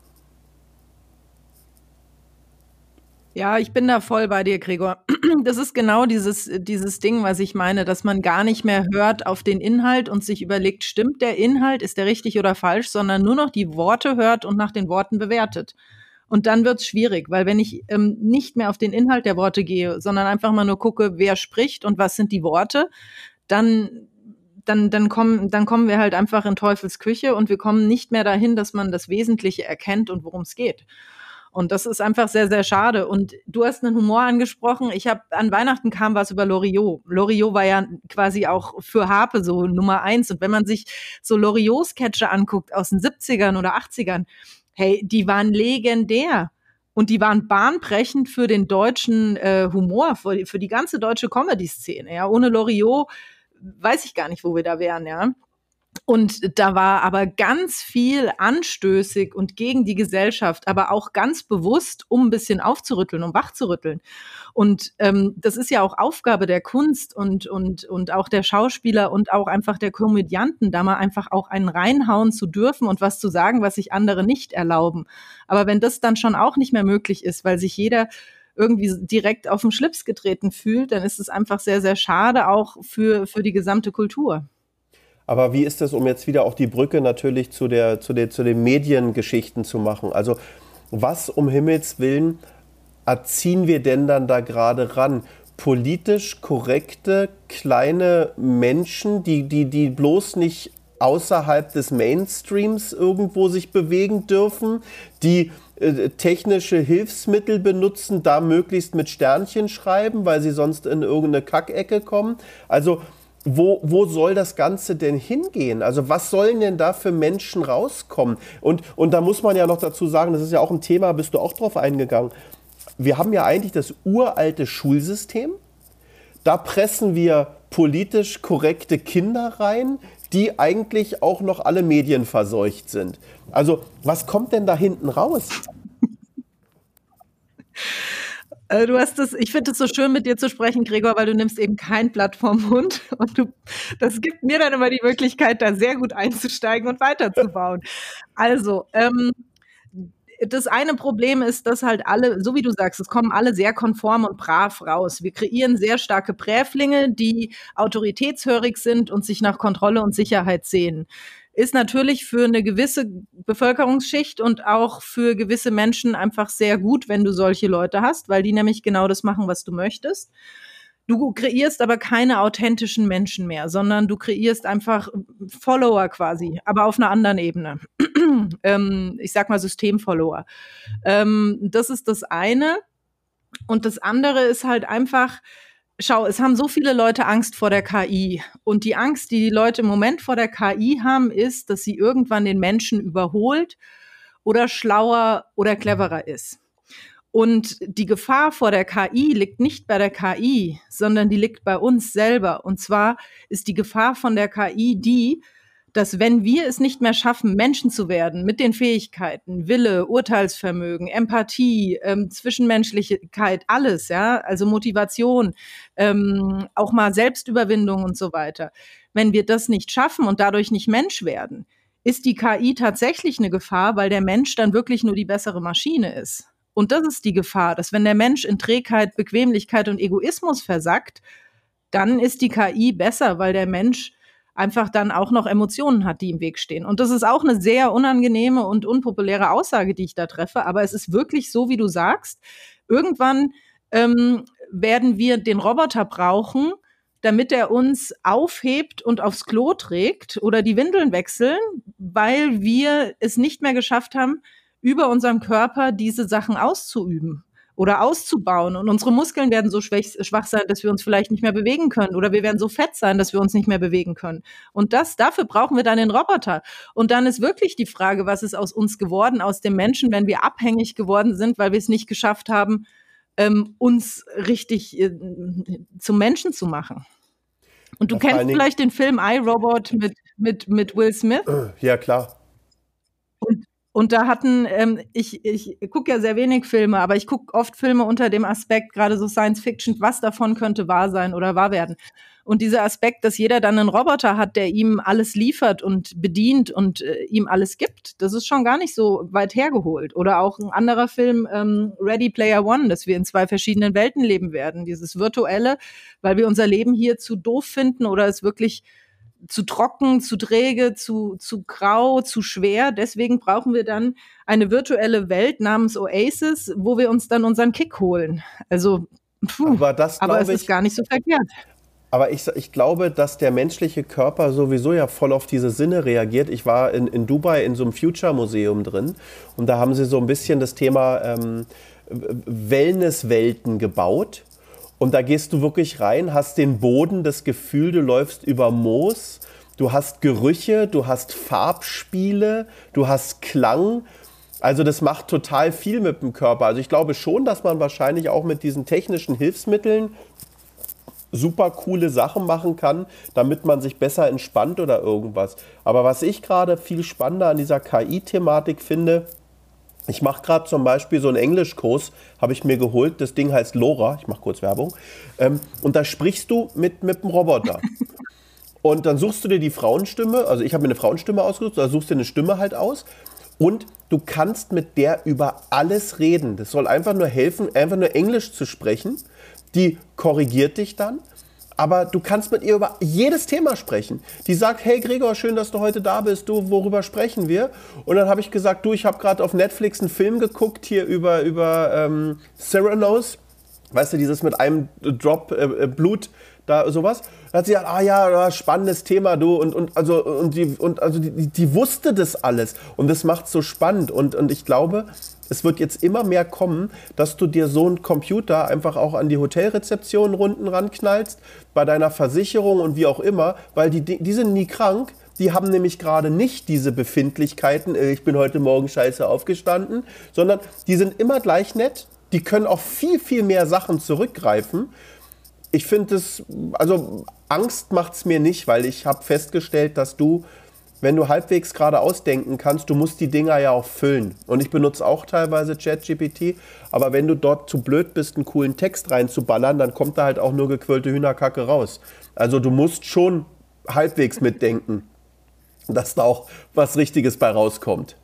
Ja, ich bin da voll bei dir, Gregor. Das ist genau dieses, dieses Ding, was ich meine, dass man gar nicht mehr hört auf den Inhalt und sich überlegt, stimmt der Inhalt, ist der richtig oder falsch, sondern nur noch die Worte hört und nach den Worten bewertet. Und dann wird's schwierig, weil wenn ich ähm, nicht mehr auf den Inhalt der Worte gehe, sondern einfach mal nur gucke, wer spricht und was sind die Worte, dann dann dann kommen dann kommen wir halt einfach in Teufels Küche und wir kommen nicht mehr dahin, dass man das Wesentliche erkennt und worum es geht. Und das ist einfach sehr, sehr schade. Und du hast einen Humor angesprochen. Ich habe an Weihnachten kam was über Loriot. Loriot war ja quasi auch für Harpe so Nummer eins. Und wenn man sich so Loriot-Sketche anguckt aus den siebzigern oder achtzigern, hey, die waren legendär. Und die waren bahnbrechend für den deutschen äh, Humor, für, für die ganze deutsche Comedy-Szene. Ja, ohne Loriot weiß ich gar nicht, wo wir da wären, ja. Und da war aber ganz viel anstößig und gegen die Gesellschaft, aber auch ganz bewusst, um ein bisschen aufzurütteln, um wachzurütteln. Und ähm, das ist ja auch Aufgabe der Kunst und und und auch der Schauspieler und auch einfach der Komödianten, da mal einfach auch einen reinhauen zu dürfen und was zu sagen, was sich andere nicht erlauben. Aber wenn das dann schon auch nicht mehr möglich ist, weil sich jeder irgendwie direkt auf den Schlips getreten fühlt, dann ist es einfach sehr, sehr schade, auch für für die gesamte Kultur. Aber wie ist das, um jetzt wieder auch die Brücke natürlich zu, der, zu, der, zu den Mediengeschichten zu machen? Also was um Himmels Willen erziehen wir denn dann da gerade ran? Politisch korrekte kleine Menschen, die, die, die bloß nicht außerhalb des Mainstreams irgendwo sich bewegen dürfen, die äh, technische Hilfsmittel benutzen, da möglichst mit Sternchen schreiben, weil sie sonst in irgendeine Kackecke kommen. Also Wo, wo soll das Ganze denn hingehen? Also was sollen denn da für Menschen rauskommen? Und, und da muss man ja noch dazu sagen, das ist ja auch ein Thema, bist du auch drauf eingegangen, wir haben ja eigentlich das uralte Schulsystem. Da pressen wir politisch korrekte Kinder rein, die eigentlich auch noch alle Medien verseucht sind. Also was kommt denn da hinten raus? Du hast es, ich finde es so schön, mit dir zu sprechen, Gregor, weil du nimmst eben kein Blatt vom Mund und du, das gibt mir dann immer die Möglichkeit, da sehr gut einzusteigen und weiterzubauen. Also, ähm, das eine Problem ist, dass halt alle, so wie du sagst, es kommen alle sehr konform und brav raus. Wir kreieren sehr starke Präflinge, die autoritätshörig sind und sich nach Kontrolle und Sicherheit sehnen. Ist natürlich für eine gewisse Bevölkerungsschicht und auch für gewisse Menschen einfach sehr gut, wenn du solche Leute hast, weil die nämlich genau das machen, was du möchtest. Du kreierst aber keine authentischen Menschen mehr, sondern du kreierst einfach Follower quasi, aber auf einer anderen Ebene. ähm, ich sag mal Systemfollower. Ähm, das ist das eine. Und das andere ist halt einfach, schau, es haben so viele Leute Angst vor der K I. Und die Angst, die die Leute im Moment vor der K I haben, ist, dass sie irgendwann den Menschen überholt oder schlauer oder cleverer ist. Und die Gefahr vor der K I liegt nicht bei der K I, sondern die liegt bei uns selber. Und zwar ist die Gefahr von der K I die, dass wenn wir es nicht mehr schaffen, Menschen zu werden mit den Fähigkeiten, Wille, Urteilsvermögen, Empathie, ähm, Zwischenmenschlichkeit, alles, ja, also Motivation, ähm, auch mal Selbstüberwindung und so weiter. Wenn wir das nicht schaffen und dadurch nicht Mensch werden, ist die K I tatsächlich eine Gefahr, weil der Mensch dann wirklich nur die bessere Maschine ist. Und das ist die Gefahr, dass wenn der Mensch in Trägheit, Bequemlichkeit und Egoismus versackt, dann ist die K I besser, weil der Mensch einfach dann auch noch Emotionen hat, die im Weg stehen. Und das ist auch eine sehr unangenehme und unpopuläre Aussage, die ich da treffe. Aber es ist wirklich so, wie du sagst. Irgendwann ähm, werden wir den Roboter brauchen, damit er uns aufhebt und aufs Klo trägt oder die Windeln wechseln, weil wir es nicht mehr geschafft haben, über unserem Körper diese Sachen auszuüben oder auszubauen. Und unsere Muskeln werden so schwach, schwach sein, dass wir uns vielleicht nicht mehr bewegen können. Oder wir werden so fett sein, dass wir uns nicht mehr bewegen können. Und das, dafür brauchen wir dann den Roboter. Und dann ist wirklich die Frage, was ist aus uns geworden, aus dem Menschen, wenn wir abhängig geworden sind, weil wir es nicht geschafft haben, ähm, uns richtig äh, zum Menschen zu machen. Und du ja, kennst vielleicht den Film iRobot mit, mit, mit Will Smith? Ja, klar. Und Und da hatten, ähm, ich, ich gucke ja sehr wenig Filme, aber ich gucke oft Filme unter dem Aspekt, gerade so Science Fiction, was davon könnte wahr sein oder wahr werden. Und dieser Aspekt, dass jeder dann einen Roboter hat, der ihm alles liefert und bedient und äh, ihm alles gibt, das ist schon gar nicht so weit hergeholt. Oder auch ein anderer Film, ähm, Ready Player One, dass wir in zwei verschiedenen Welten leben werden. Dieses Virtuelle, weil wir unser Leben hier zu doof finden oder es wirklich zu trocken, zu träge, zu, zu grau, zu schwer. Deswegen brauchen wir dann eine virtuelle Welt namens Oasis, wo wir uns dann unseren Kick holen. Also, puh, aber, das, aber es ich, ist gar nicht so verkehrt. Aber ich, ich glaube, dass der menschliche Körper sowieso ja voll auf diese Sinne reagiert. Ich war in, in Dubai in so einem Future-Museum drin und da haben sie so ein bisschen das Thema ähm, Wellnesswelten gebaut. Und da gehst du wirklich rein, hast den Boden, das Gefühl, du läufst über Moos, du hast Gerüche, du hast Farbspiele, du hast Klang. Also das macht total viel mit dem Körper. Also ich glaube schon, dass man wahrscheinlich auch mit diesen technischen Hilfsmitteln super coole Sachen machen kann, damit man sich besser entspannt oder irgendwas. Aber was ich gerade viel spannender an dieser K I-Thematik finde, ich mache gerade zum Beispiel so einen Englischkurs, habe ich mir geholt, das Ding heißt Lora, ich mache kurz Werbung, ähm, und da sprichst du mit, mit einem Roboter. Und dann suchst du dir die Frauenstimme, also ich habe mir eine Frauenstimme ausgesucht, da suchst du dir eine Stimme halt aus und du kannst mit der über alles reden. Das soll einfach nur helfen, einfach nur Englisch zu sprechen. Die korrigiert dich dann. Aber du kannst mit ihr über jedes Thema sprechen. Die sagt, hey Gregor, schön, dass du heute da bist. Du, worüber sprechen wir? Und dann habe ich gesagt, du, ich habe gerade auf Netflix einen Film geguckt hier über, über ähm, Cyrano's. Weißt du, dieses mit einem Drop äh, Blut, da sowas. Da hat sie gesagt, ah ja, spannendes Thema, du. Und, und, also, und, die, und also die, die wusste das alles. Und das macht es so spannend. Und, und ich glaube, es wird jetzt immer mehr kommen, dass du dir so einen Computer einfach auch an die Hotelrezeption unten ranknallst, bei deiner Versicherung und wie auch immer, weil die, die sind nie krank. Die haben nämlich gerade nicht diese Befindlichkeiten, ich bin heute Morgen scheiße aufgestanden, sondern die sind immer gleich nett. Die die können auf viel, viel mehr Sachen zurückgreifen. Ich finde es, also Angst macht es mir nicht, weil ich habe festgestellt, dass du, wenn du halbwegs gerade ausdenken kannst, du musst die Dinger ja auch füllen. Und ich benutze auch teilweise ChatGPT, aber wenn du dort zu blöd bist, einen coolen Text reinzuballern, dann kommt da halt auch nur gequirlte Hühnerkacke raus. Also du musst schon halbwegs mitdenken, dass da auch was Richtiges bei rauskommt.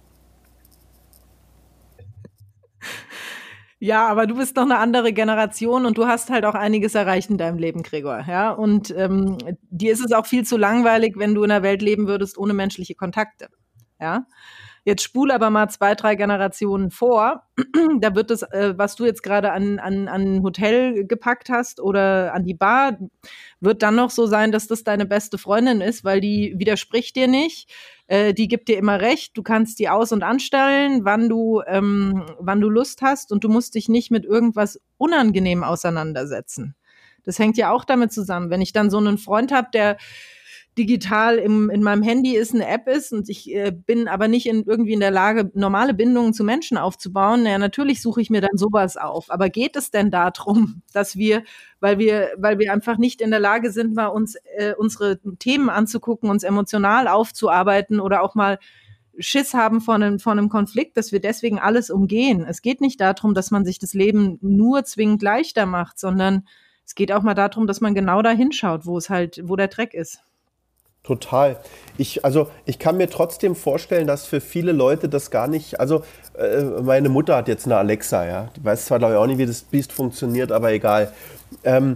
Ja, aber du bist noch eine andere Generation und du hast halt auch einiges erreicht in deinem Leben, Gregor. Ja, und ähm, dir ist es auch viel zu langweilig, wenn du in einer Welt leben würdest ohne menschliche Kontakte. Ja, jetzt spul aber mal zwei, drei Generationen vor. Da wird das, äh, was du jetzt gerade an, an, an ein Hotel gepackt hast oder an die Bar, wird dann noch so sein, dass das deine beste Freundin ist, weil die widerspricht dir nicht. Äh, die gibt dir immer recht, du kannst die aus- und anstellen, wann du, ähm, wann du Lust hast und du musst dich nicht mit irgendwas Unangenehm auseinandersetzen. Das hängt ja auch damit zusammen. Wenn ich dann so einen Freund habe, der digital im, in meinem Handy ist, eine App ist und ich äh, bin aber nicht in, irgendwie in der Lage, normale Bindungen zu Menschen aufzubauen, ja, natürlich suche ich mir dann sowas auf. Aber geht es denn darum, dass wir, weil wir, weil wir einfach nicht in der Lage sind, mal uns äh, unsere Themen anzugucken, uns emotional aufzuarbeiten oder auch mal Schiss haben vor einem, vor einem Konflikt, dass wir deswegen alles umgehen? Es geht nicht darum, dass man sich das Leben nur zwingend leichter macht, sondern es geht auch mal darum, dass man genau da hinschaut, wo es halt, wo der Dreck ist. Total. Ich, also ich kann mir trotzdem vorstellen, dass für viele Leute das gar nicht, also äh, meine Mutter hat jetzt eine Alexa, ja, die weiß zwar glaube ich auch nicht, wie das Biest funktioniert, aber egal. Ähm,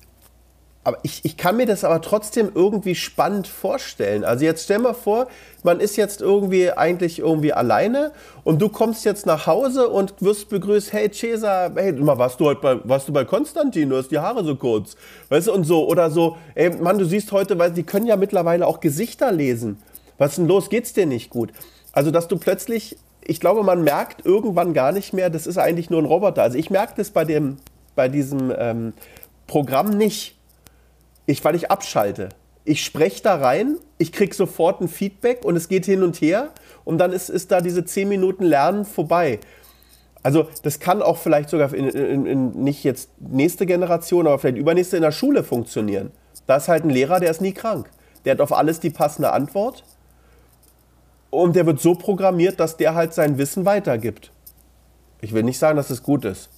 aber ich, ich kann mir das aber trotzdem irgendwie spannend vorstellen. Also jetzt stell mal vor, man ist jetzt irgendwie eigentlich irgendwie alleine und du kommst jetzt nach Hause und wirst begrüßt, hey Cesar, hey, mal, warst du heute bei, warst du bei Konstantin, du hast die Haare so kurz, weißt du, und so, oder so, ey, Mann, du siehst heute, weil die können ja mittlerweile auch Gesichter lesen. Was ist denn los, geht's dir nicht gut? Also, dass du plötzlich, ich glaube, man merkt irgendwann gar nicht mehr, das ist eigentlich nur ein Roboter. Also ich merke das bei dem, bei diesem ähm, Programm nicht. Ich, weil ich abschalte. Ich spreche da rein, ich kriege sofort ein Feedback und es geht hin und her und dann ist, ist da diese zehn Minuten Lernen vorbei. Also das kann auch vielleicht sogar in, in, in nicht jetzt nächste Generation, aber vielleicht übernächste in der Schule funktionieren. Da ist halt ein Lehrer, der ist nie krank. Der hat auf alles die passende Antwort und der wird so programmiert, dass der halt sein Wissen weitergibt. Ich will nicht sagen, dass es gut ist.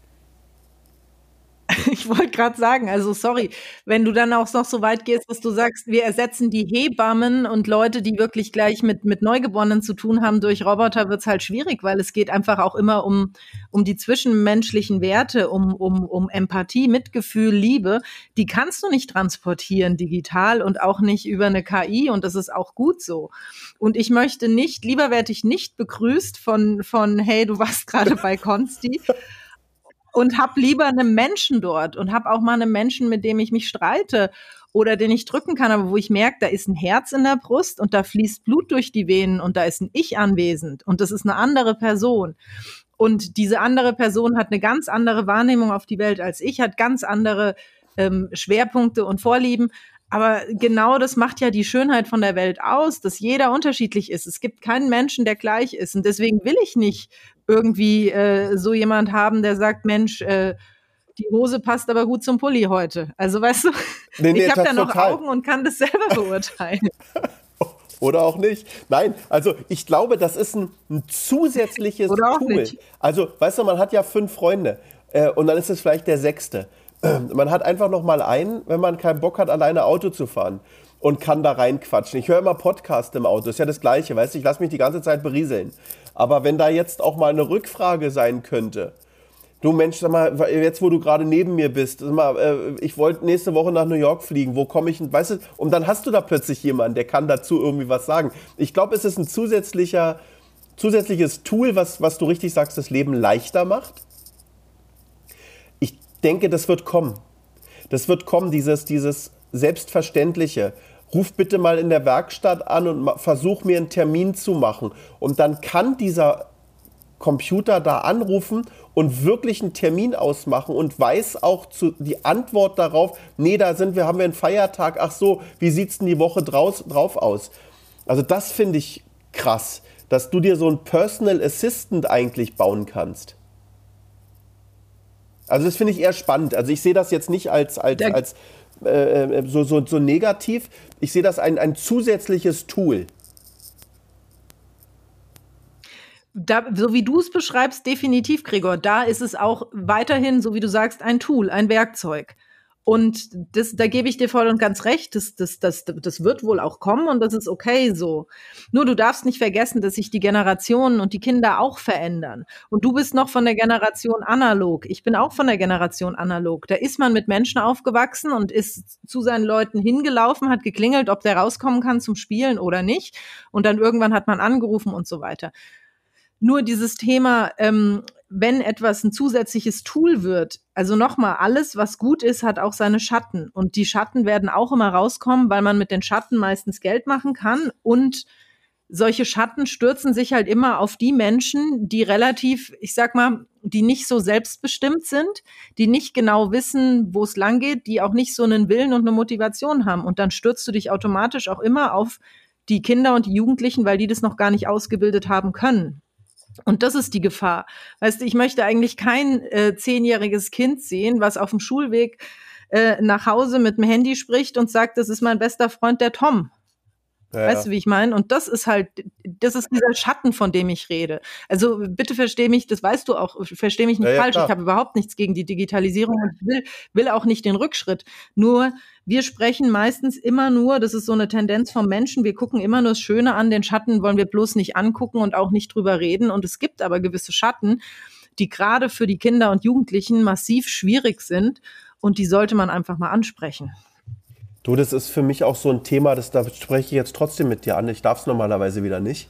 Ich wollte gerade sagen, also sorry, wenn du dann auch noch so weit gehst, dass du sagst, wir ersetzen die Hebammen und Leute, die wirklich gleich mit, mit Neugeborenen zu tun haben durch Roboter, wird es halt schwierig, weil es geht einfach auch immer um, um die zwischenmenschlichen Werte, um, um, um Empathie, Mitgefühl, Liebe. Die kannst du nicht transportieren digital und auch nicht über eine K I und das ist auch gut so. Und ich möchte nicht, lieber werde ich nicht begrüßt von, von hey, du warst gerade bei Konsti. Und hab lieber einen Menschen dort und hab auch mal einen Menschen, mit dem ich mich streite oder den ich drücken kann, aber wo ich merke, da ist ein Herz in der Brust und da fließt Blut durch die Venen und da ist ein Ich anwesend und das ist eine andere Person. Und diese andere Person hat eine ganz andere Wahrnehmung auf die Welt als ich, hat ganz andere ähm, Schwerpunkte und Vorlieben. Aber genau das macht ja die Schönheit von der Welt aus, dass jeder unterschiedlich ist. Es gibt keinen Menschen, der gleich ist. Und deswegen will ich nicht irgendwie äh, so jemand haben, der sagt, Mensch, äh, die Hose passt aber gut zum Pulli heute. Also weißt du, nee, nee, ich habe da noch total. Augen und kann das selber beurteilen. Oder auch nicht. Nein, also ich glaube, das ist ein, ein zusätzliches Oder auch Tool. Nicht. Also weißt du, man hat ja fünf Freunde äh, und dann ist es vielleicht der sechste. Man hat einfach noch mal einen, wenn man keinen Bock hat, alleine Auto zu fahren und kann da reinquatschen. Ich höre immer Podcast im Auto, ist ja das Gleiche, weißt du, ich lasse mich die ganze Zeit berieseln. Aber wenn da jetzt auch mal eine Rückfrage sein könnte, du Mensch, sag mal, jetzt wo du gerade neben mir bist, sag mal, ich wollte nächste Woche nach New York fliegen, wo komme ich, weißt du, und dann hast du da plötzlich jemanden, der kann dazu irgendwie was sagen. Ich glaube, es ist ein zusätzlicher, zusätzliches Tool, was, was du richtig sagst, das Leben leichter macht. Ich denke, das wird kommen. Das wird kommen, dieses, dieses Selbstverständliche. Ruf bitte mal in der Werkstatt an und versuch mir einen Termin zu machen. Und dann kann dieser Computer da anrufen und wirklich einen Termin ausmachen und weiß auch zu, die Antwort darauf, nee, da sind wir, haben wir einen Feiertag, ach so, wie sieht's denn die Woche draus, drauf aus? Also das finde ich krass, dass du dir so einen Personal Assistant eigentlich bauen kannst. Also das finde ich eher spannend. Also ich sehe das jetzt nicht als, als, als äh, so, so, so negativ. Ich sehe das ein, ein zusätzliches Tool. Da, so wie du es beschreibst, definitiv, Gregor. Da ist es auch weiterhin, so wie du sagst, ein Tool, ein Werkzeug. Und das, da gebe ich dir voll und ganz recht, das, das, das, das wird wohl auch kommen und das ist okay so. Nur du darfst nicht vergessen, dass sich die Generationen und die Kinder auch verändern. Und du bist noch von der Generation analog. Ich bin auch von der Generation analog. Da ist man mit Menschen aufgewachsen und ist zu seinen Leuten hingelaufen, hat geklingelt, ob der rauskommen kann zum Spielen oder nicht. Und dann irgendwann hat man angerufen und so weiter. Nur dieses Thema, ähm, wenn etwas ein zusätzliches Tool wird, also nochmal, alles, was gut ist, hat auch seine Schatten. Und die Schatten werden auch immer rauskommen, weil man mit den Schatten meistens Geld machen kann. Und solche Schatten stürzen sich halt immer auf die Menschen, die relativ, ich sag mal, die nicht so selbstbestimmt sind, die nicht genau wissen, wo es lang geht, die auch nicht so einen Willen und eine Motivation haben. Und dann stürzt du dich automatisch auch immer auf die Kinder und die Jugendlichen, weil die das noch gar nicht ausgebildet haben können. Und das ist die Gefahr. Weißt du, ich möchte eigentlich kein äh, zehnjähriges Kind sehen, was auf dem Schulweg äh, nach Hause mit dem Handy spricht und sagt, das ist mein bester Freund, der Tom. Ja. Weißt du, wie ich meine? Und das ist halt, das ist dieser Schatten, von dem ich rede. Also bitte versteh mich, das weißt du auch, versteh mich nicht ja, falsch. Ja, ich habe überhaupt nichts gegen die Digitalisierung und ich will, will auch nicht den Rückschritt. Nur wir sprechen meistens immer nur, das ist so eine Tendenz vom Menschen, wir gucken immer nur das Schöne an, den Schatten wollen wir bloß nicht angucken und auch nicht drüber reden. Und es gibt aber gewisse Schatten, die gerade für die Kinder und Jugendlichen massiv schwierig sind und die sollte man einfach mal ansprechen. Du, das ist für mich auch so ein Thema, das da spreche ich jetzt trotzdem mit dir an. Ich darf es normalerweise wieder nicht,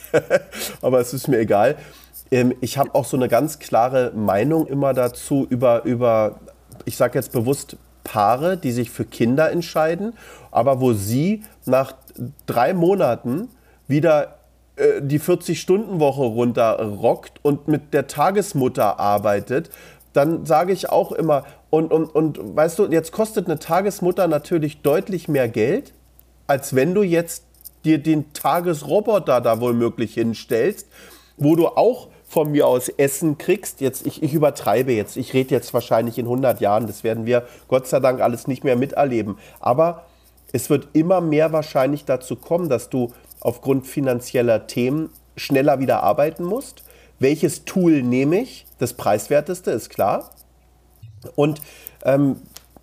aber es ist mir egal. Ich habe auch so eine ganz klare Meinung immer dazu über, über ich sage jetzt bewusst Paare, die sich für Kinder entscheiden, aber wo sie nach drei Monaten wieder äh, die vierzig-Stunden-Woche runterrockt und mit der Tagesmutter arbeitet. Dann sage ich auch immer, und, und, und weißt du, jetzt kostet eine Tagesmutter natürlich deutlich mehr Geld, als wenn du jetzt dir den Tagesroboter da womöglich hinstellst, wo du auch von mir aus Essen kriegst. Jetzt, ich, ich übertreibe jetzt, ich rede jetzt wahrscheinlich in hundert Jahren, das werden wir Gott sei Dank alles nicht mehr miterleben. Aber es wird immer mehr wahrscheinlich dazu kommen, dass du aufgrund finanzieller Themen schneller wieder arbeiten musst. Welches Tool nehme ich? Das preiswerteste ist klar. Und ähm,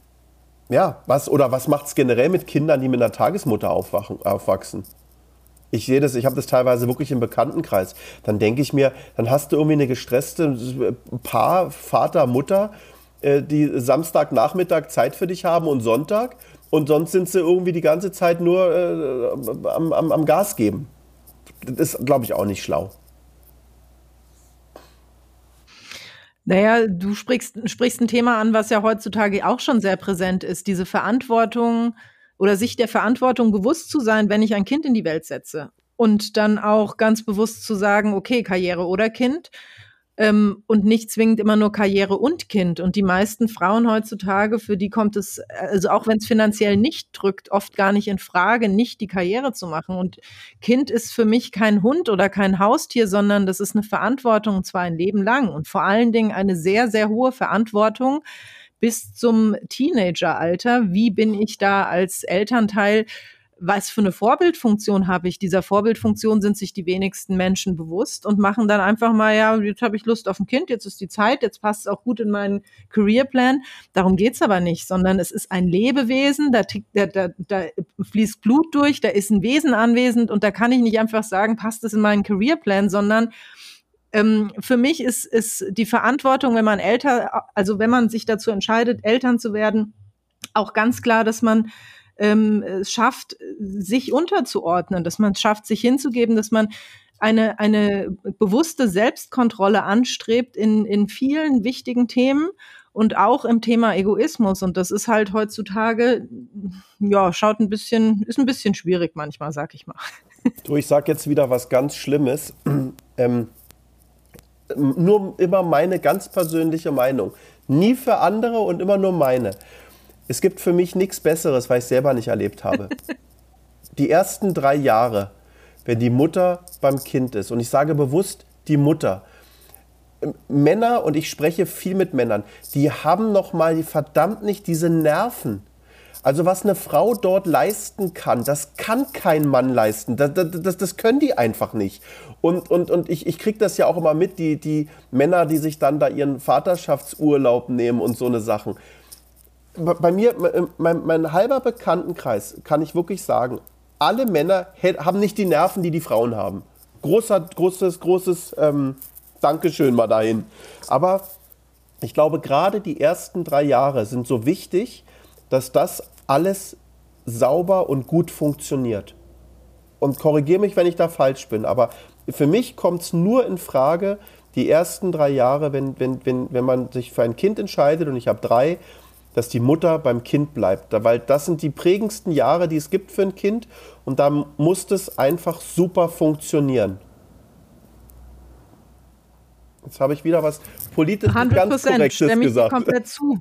ja, was oder was macht es generell mit Kindern, die mit einer Tagesmutter aufwachen, aufwachsen? Ich sehe das, ich habe das teilweise wirklich im Bekanntenkreis. Dann denke ich mir, dann hast du irgendwie eine gestresste Paar, Vater, Mutter, äh, die Samstagnachmittag Zeit für dich haben und Sonntag. Und sonst sind sie irgendwie die ganze Zeit nur äh, am, am, am Gas geben. Das ist, glaube ich, auch nicht schlau. Naja, du sprichst, sprichst ein Thema an, was ja heutzutage auch schon sehr präsent ist. Diese Verantwortung oder sich der Verantwortung bewusst zu sein, wenn ich ein Kind in die Welt setze. Und dann auch ganz bewusst zu sagen, okay, Karriere oder Kind. Ähm, und nicht zwingend immer nur Karriere und Kind. Und die meisten Frauen heutzutage, für die kommt es, also auch wenn es finanziell nicht drückt, oft gar nicht in Frage, nicht die Karriere zu machen. Und Kind ist für mich kein Hund oder kein Haustier, sondern das ist eine Verantwortung, und zwar ein Leben lang. Und vor allen Dingen eine sehr, sehr hohe Verantwortung bis zum Teenageralter. Wie bin ich da als Elternteil? Was für eine Vorbildfunktion habe ich? Dieser Vorbildfunktion sind sich die wenigsten Menschen bewusst und machen dann einfach mal, ja, jetzt habe ich Lust auf ein Kind, jetzt ist die Zeit, jetzt passt es auch gut in meinen Careerplan. Darum geht's aber nicht, sondern es ist ein Lebewesen, da, da, da, da fließt Blut durch, da ist ein Wesen anwesend und da kann ich nicht einfach sagen, passt es in meinen Careerplan, sondern ähm, für mich ist, ist die Verantwortung, wenn man älter, also wenn man sich dazu entscheidet, Eltern zu werden, auch ganz klar, dass man Ähm, es schafft, sich unterzuordnen, dass man es schafft, sich hinzugeben, dass man eine, eine bewusste Selbstkontrolle anstrebt in, in vielen wichtigen Themen und auch im Thema Egoismus. Und das ist halt heutzutage, ja, schaut ein bisschen, ist ein bisschen schwierig manchmal, sag ich mal. Du, ich sag jetzt wieder was ganz Schlimmes. ähm, nur immer meine ganz persönliche Meinung. Nie für andere und immer nur meine. Es gibt für mich nichts Besseres, weil ich es selber nicht erlebt habe. Die ersten drei Jahre, wenn die Mutter beim Kind ist, und ich sage bewusst die Mutter, Männer, und ich spreche viel mit Männern, die haben noch mal verdammt nicht diese Nerven. Also was eine Frau dort leisten kann, das kann kein Mann leisten. Das, das, das können die einfach nicht. Und, und, und ich, ich kriege das ja auch immer mit, die, die Männer, die sich dann da ihren Vaterschaftsurlaub nehmen und so eine Sachen. Bei mir, mein, mein halber Bekanntenkreis, kann ich wirklich sagen, alle Männer haben nicht die Nerven, die die Frauen haben. Großer, großes, großes ähm, Dankeschön mal dahin. Aber ich glaube, gerade die ersten drei Jahre sind so wichtig, dass das alles sauber und gut funktioniert. Und korrigiere mich, wenn ich da falsch bin, aber für mich kommt es nur in Frage, die ersten drei Jahre, wenn, wenn, wenn, wenn man sich für ein Kind entscheidet, und ich habe drei, dass die Mutter beim Kind bleibt. Weil das sind die prägendsten Jahre, die es gibt für ein Kind, und da muss es einfach super funktionieren. Jetzt habe ich wieder was politisch ganz Korrektes stimme ich gesagt. Komplett zu.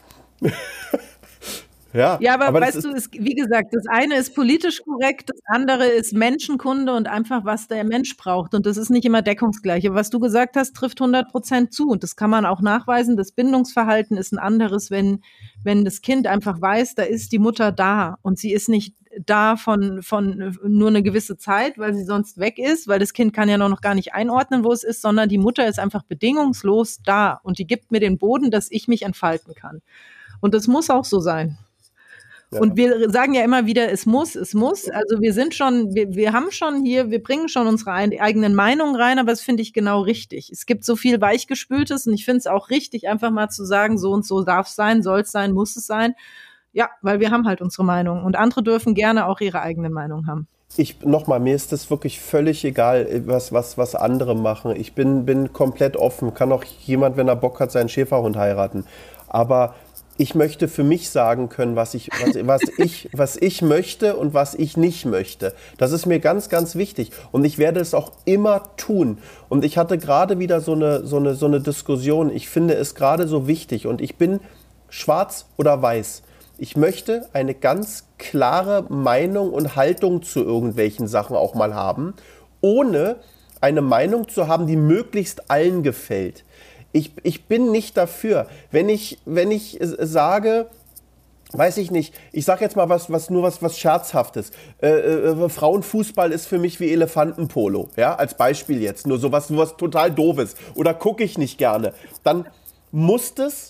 Ja, ja, aber, aber weißt du, es, wie gesagt, das eine ist politisch korrekt, das andere ist Menschenkunde und einfach, was der Mensch braucht. Und das ist nicht immer deckungsgleich. Aber was du gesagt hast, trifft hundert Prozent zu. Und das kann man auch nachweisen. Das Bindungsverhalten ist ein anderes, wenn, wenn das Kind einfach weiß, da ist die Mutter da. Und sie ist nicht da von, von nur eine gewisse Zeit, weil sie sonst weg ist, weil das Kind kann ja noch gar nicht einordnen, wo es ist, sondern die Mutter ist einfach bedingungslos da. Und die gibt mir den Boden, dass ich mich entfalten kann. Und das muss auch so sein. Ja. Und wir sagen ja immer wieder, es muss, es muss. Also wir sind schon, wir, wir haben schon hier, wir bringen schon unsere eigenen Meinungen rein, aber das finde ich genau richtig. Es gibt so viel Weichgespültes und ich finde es auch richtig, einfach mal zu sagen, so und so darf es sein, soll es sein, muss es sein. Ja, weil wir haben halt unsere Meinung und andere dürfen gerne auch ihre eigenen Meinungen haben. Ich, nochmal, mir ist das wirklich völlig egal, was, was, was andere machen. Ich bin, bin komplett offen, kann auch jemand, wenn er Bock hat, seinen Schäferhund heiraten. Aber ich möchte für mich sagen können, was ich, was, was, ich, was ich möchte und was ich nicht möchte. Das ist mir ganz, ganz wichtig. Und ich werde es auch immer tun. Und ich hatte gerade wieder so eine, so eine, so eine Diskussion. Ich finde es gerade so wichtig. Und ich bin schwarz oder weiß. Ich möchte eine ganz klare Meinung und Haltung zu irgendwelchen Sachen auch mal haben, ohne eine Meinung zu haben, die möglichst allen gefällt. Ich, ich bin nicht dafür, wenn ich, wenn ich sage, weiß ich nicht, ich sage jetzt mal was, was nur was, was Scherzhaftes. Äh, äh, Frauenfußball ist für mich wie Elefantenpolo, ja, als Beispiel jetzt, nur sowas, sowas total Doofes. Oder gucke ich nicht gerne. Dann muss es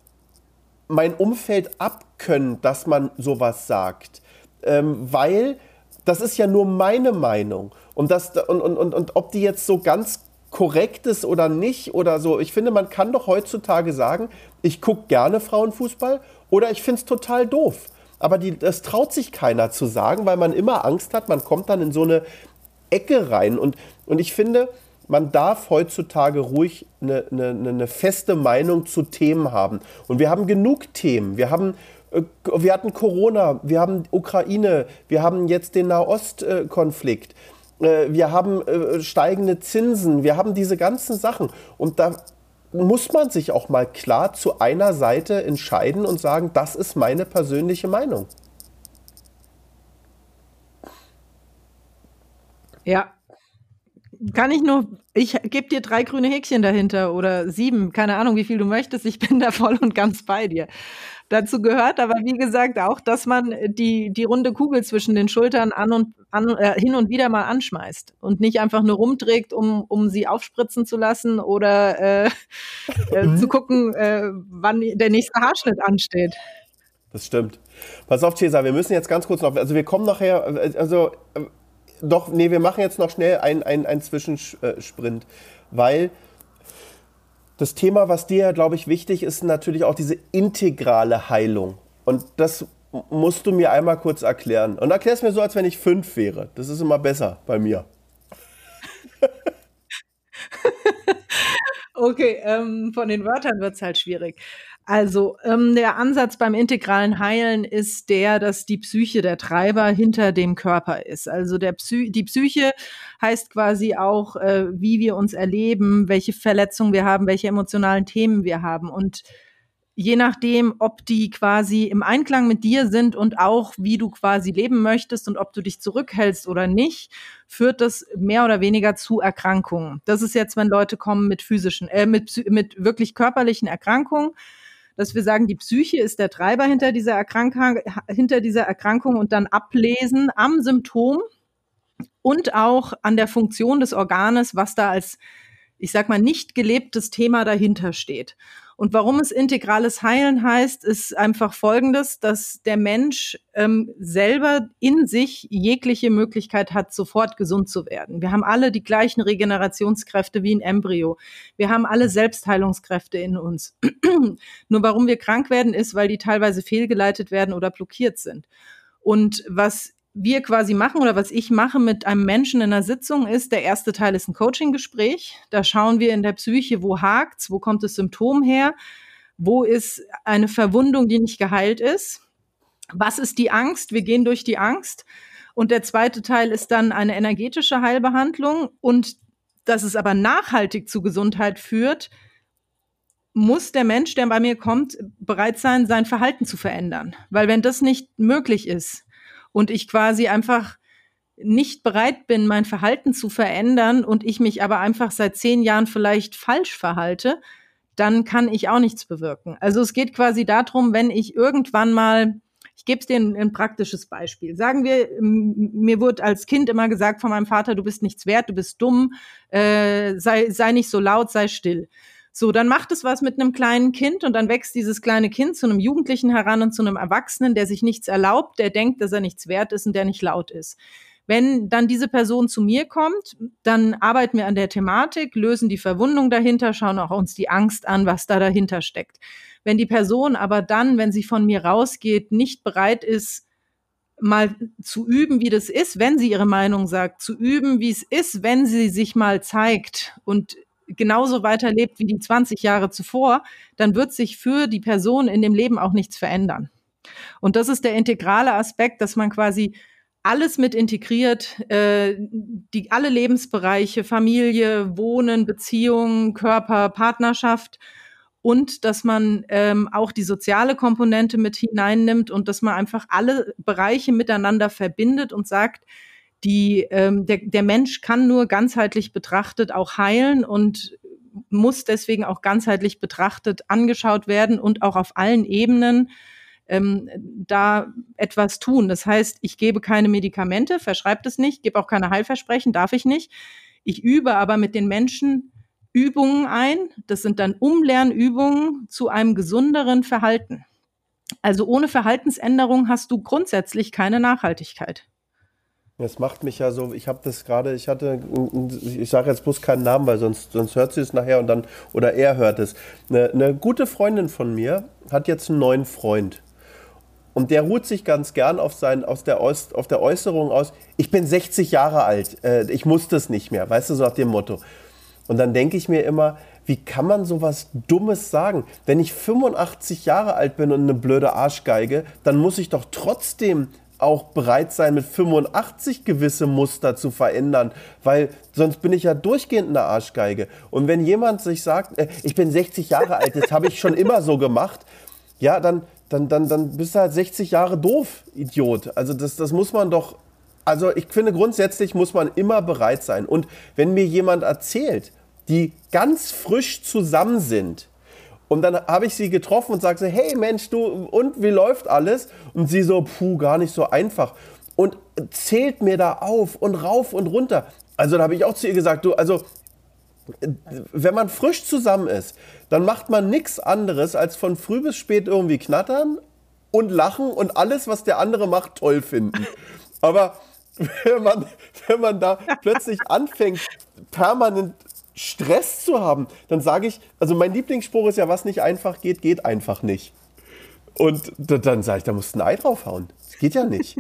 mein Umfeld abkönnen, dass man sowas sagt. Ähm, weil das ist ja nur meine Meinung. Und, das, und, und, und, und ob die jetzt so ganz korrekt ist oder nicht oder so. Ich finde, man kann doch heutzutage sagen, ich gucke gerne Frauenfußball oder ich finde es total doof. Aber die, das traut sich keiner zu sagen, weil man immer Angst hat, man kommt dann in so eine Ecke rein. Und, und ich finde, man darf heutzutage ruhig eine, eine, eine feste Meinung zu Themen haben. Und wir haben genug Themen. Wir haben wir hatten Corona, wir haben Ukraine, wir haben jetzt den Nahostkonflikt. Wir haben äh, steigende Zinsen, wir haben diese ganzen Sachen. Und da muss man sich auch mal klar zu einer Seite entscheiden und sagen, das ist meine persönliche Meinung. Ja, kann ich nur, ich gebe dir drei grüne Häkchen dahinter oder sieben, keine Ahnung, wie viel du möchtest. Ich bin da voll und ganz bei dir. Dazu gehört aber, wie gesagt, auch, dass man die, die runde Kugel zwischen den Schultern an und, an, äh, hin und wieder mal anschmeißt und nicht einfach nur rumträgt, um, um sie aufspritzen zu lassen oder äh, äh, zu gucken, äh, wann der nächste Haarschnitt ansteht. Das stimmt. Pass auf, Cesar, wir müssen jetzt ganz kurz noch, also wir kommen nachher, also äh, doch, nee, wir machen jetzt noch schnell einen ein Zwischensprint, weil das Thema, was dir, glaube ich, wichtig ist, natürlich auch diese integrale Heilung. Und das musst du mir einmal kurz erklären. Und erklär es mir so, als wenn ich fünf wäre. Das ist immer besser bei mir. Okay, ähm, von den Wörtern wird es halt schwierig. Also ähm, der Ansatz beim integralen Heilen ist der, dass die Psyche der Treiber hinter dem Körper ist. Also der Psy- die Psyche heißt quasi auch, äh, wie wir uns erleben, welche Verletzungen wir haben, welche emotionalen Themen wir haben. Und je nachdem, ob die quasi im Einklang mit dir sind und auch, wie du quasi leben möchtest und ob du dich zurückhältst oder nicht, führt das mehr oder weniger zu Erkrankungen. Das ist jetzt, wenn Leute kommen mit physischen, äh, mit, mit wirklich körperlichen Erkrankungen, dass wir sagen, die Psyche ist der Treiber hinter dieser Erkrankung, hinter dieser Erkrankung und dann ablesen am Symptom und auch an der Funktion des Organes, was da als, ich sag mal, nicht gelebtes Thema dahinter steht. Und warum es integrales Heilen heißt, ist einfach Folgendes, dass der Mensch ähm, selber in sich jegliche Möglichkeit hat, sofort gesund zu werden. Wir haben alle die gleichen Regenerationskräfte wie ein Embryo. Wir haben alle Selbstheilungskräfte in uns. Nur warum wir krank werden, ist, weil die teilweise fehlgeleitet werden oder blockiert sind. Und was wir quasi machen oder was ich mache mit einem Menschen in einer Sitzung ist, der erste Teil ist ein Coaching-Gespräch. Da schauen wir in der Psyche, wo hakt's, wo kommt das Symptom her, wo ist eine Verwundung, die nicht geheilt ist, was ist die Angst, wir gehen durch die Angst. Und der zweite Teil ist dann eine energetische Heilbehandlung. Und dass es aber nachhaltig zu Gesundheit führt, muss der Mensch, der bei mir kommt, bereit sein, sein Verhalten zu verändern. Weil wenn das nicht möglich ist, und ich quasi einfach nicht bereit bin, mein Verhalten zu verändern und ich mich aber einfach seit zehn Jahren vielleicht falsch verhalte, dann kann ich auch nichts bewirken. Also es geht quasi darum, wenn ich irgendwann mal, ich gebe es dir ein, ein praktisches Beispiel. Sagen wir, mir wurde als Kind immer gesagt von meinem Vater, du bist nichts wert, du bist dumm, äh, sei, sei nicht so laut, sei still. So, dann macht es was mit einem kleinen Kind und dann wächst dieses kleine Kind zu einem Jugendlichen heran und zu einem Erwachsenen, der sich nichts erlaubt, der denkt, dass er nichts wert ist und der nicht laut ist. Wenn dann diese Person zu mir kommt, dann arbeiten wir an der Thematik, lösen die Verwundung dahinter, schauen auch uns die Angst an, was da dahinter steckt. Wenn die Person aber dann, wenn sie von mir rausgeht, nicht bereit ist, mal zu üben, wie das ist, wenn sie ihre Meinung sagt, zu üben, wie es ist, wenn sie sich mal zeigt und genauso weiterlebt wie die zwanzig Jahre zuvor, dann wird sich für die Person in dem Leben auch nichts verändern. Und das ist der integrale Aspekt, dass man quasi alles mit integriert, äh, die alle Lebensbereiche, Familie, Wohnen, Beziehungen, Körper, Partnerschaft und dass man ähm, auch die soziale Komponente mit hineinnimmt und dass man einfach alle Bereiche miteinander verbindet und sagt, Die, ähm, der, der Mensch kann nur ganzheitlich betrachtet auch heilen und muss deswegen auch ganzheitlich betrachtet angeschaut werden und auch auf allen Ebenen ähm, da etwas tun. Das heißt, ich gebe keine Medikamente, verschreibe das nicht, gebe auch keine Heilversprechen, darf ich nicht. Ich übe aber mit den Menschen Übungen ein. Das sind dann Umlernübungen zu einem gesünderen Verhalten. Also ohne Verhaltensänderung hast du grundsätzlich keine Nachhaltigkeit. Das macht mich ja so, ich habe das gerade, ich hatte, ich sage jetzt bloß keinen Namen, weil sonst, sonst hört sie es nachher und dann, oder er hört es. Eine, eine gute Freundin von mir hat jetzt einen neuen Freund. Und der ruht sich ganz gern auf, sein, aus der, auf der Äußerung aus, ich bin sechzig Jahre alt, äh, ich muss das nicht mehr, weißt du, so nach dem Motto. Und dann denke ich mir immer, wie kann man sowas Dummes sagen? Wenn ich fünfundachtzig Jahre alt bin und eine blöde Arschgeige, dann muss ich doch trotzdem auch bereit sein, mit fünfundachtzig gewisse Muster zu verändern, weil sonst bin ich ja durchgehend eine Arschgeige. Und wenn jemand sich sagt, äh, ich bin sechzig Jahre alt, das habe ich schon immer so gemacht, ja, dann, dann, dann, dann bist du halt sechzig Jahre doof, Idiot. Also das, das muss man doch, also ich finde grundsätzlich muss man immer bereit sein. Und wenn mir jemand erzählt, die ganz frisch zusammen sind, und dann habe ich sie getroffen und sage so, hey Mensch, du, und wie läuft alles? Und sie so, puh, gar nicht so einfach. Und zählt mir da auf und rauf und runter. Also da habe ich auch zu ihr gesagt, du, also wenn man frisch zusammen ist, dann macht man nichts anderes, als von früh bis spät irgendwie knattern und lachen und alles, was der andere macht, toll finden. Aber wenn man, wenn man da plötzlich anfängt, permanent Stress zu haben, dann sage ich, also mein Lieblingsspruch ist ja, was nicht einfach geht, geht einfach nicht. Und dann sage ich, da musst du ein Ei draufhauen. Das geht ja nicht.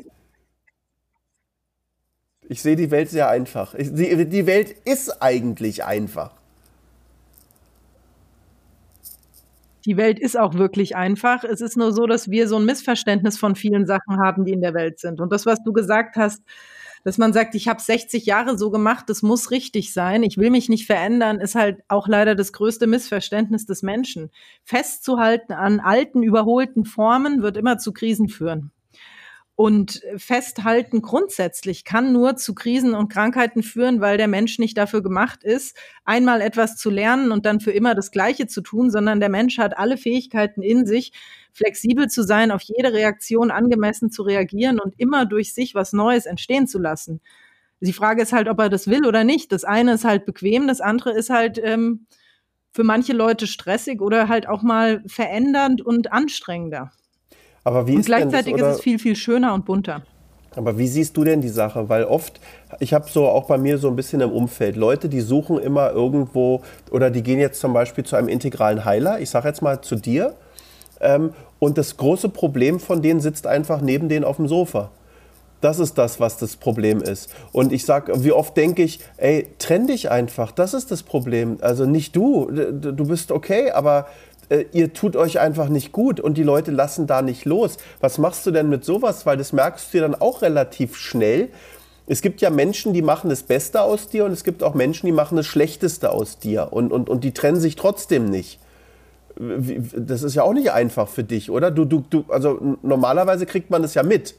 Ich sehe die Welt sehr einfach. Ich, die, die Welt ist eigentlich einfach. Die Welt ist auch wirklich einfach. Es ist nur so, dass wir so ein Missverständnis von vielen Sachen haben, die in der Welt sind. Und das, was du gesagt hast, dass man sagt, ich habe sechzig Jahre so gemacht, das muss richtig sein, ich will mich nicht verändern, ist halt auch leider das größte Missverständnis des Menschen. Festzuhalten an alten, überholten Formen wird immer zu Krisen führen. Und Festhalten grundsätzlich kann nur zu Krisen und Krankheiten führen, weil der Mensch nicht dafür gemacht ist, einmal etwas zu lernen und dann für immer das Gleiche zu tun, sondern der Mensch hat alle Fähigkeiten in sich, flexibel zu sein, auf jede Reaktion angemessen zu reagieren und immer durch sich was Neues entstehen zu lassen. Die Frage ist halt, ob er das will oder nicht. Das eine ist halt bequem, das andere ist halt ähm, für manche Leute stressig oder halt auch mal verändernd und anstrengender. Aber wie und ist gleichzeitig denn das, ist es viel, viel schöner und bunter. Aber wie siehst du denn die Sache? Weil oft, ich habe so auch bei mir so ein bisschen im Umfeld, Leute, die suchen immer irgendwo, oder die gehen jetzt zum Beispiel zu einem integralen Heiler, ich sage jetzt mal zu dir, ähm, und das große Problem von denen sitzt einfach neben denen auf dem Sofa. Das ist das, was das Problem ist. Und ich sage, wie oft denke ich, ey, trenn dich einfach, das ist das Problem. Also nicht du, du bist okay, aber äh, ihr tut euch einfach nicht gut und die Leute lassen da nicht los. Was machst du denn mit sowas? Weil das merkst du dir dann auch relativ schnell. Es gibt ja Menschen, die machen das Beste aus dir und es gibt auch Menschen, die machen das Schlechteste aus dir und, und, und die trennen sich trotzdem nicht. Das ist ja auch nicht einfach für dich, oder? Du, du, du, also normalerweise kriegt man das ja mit.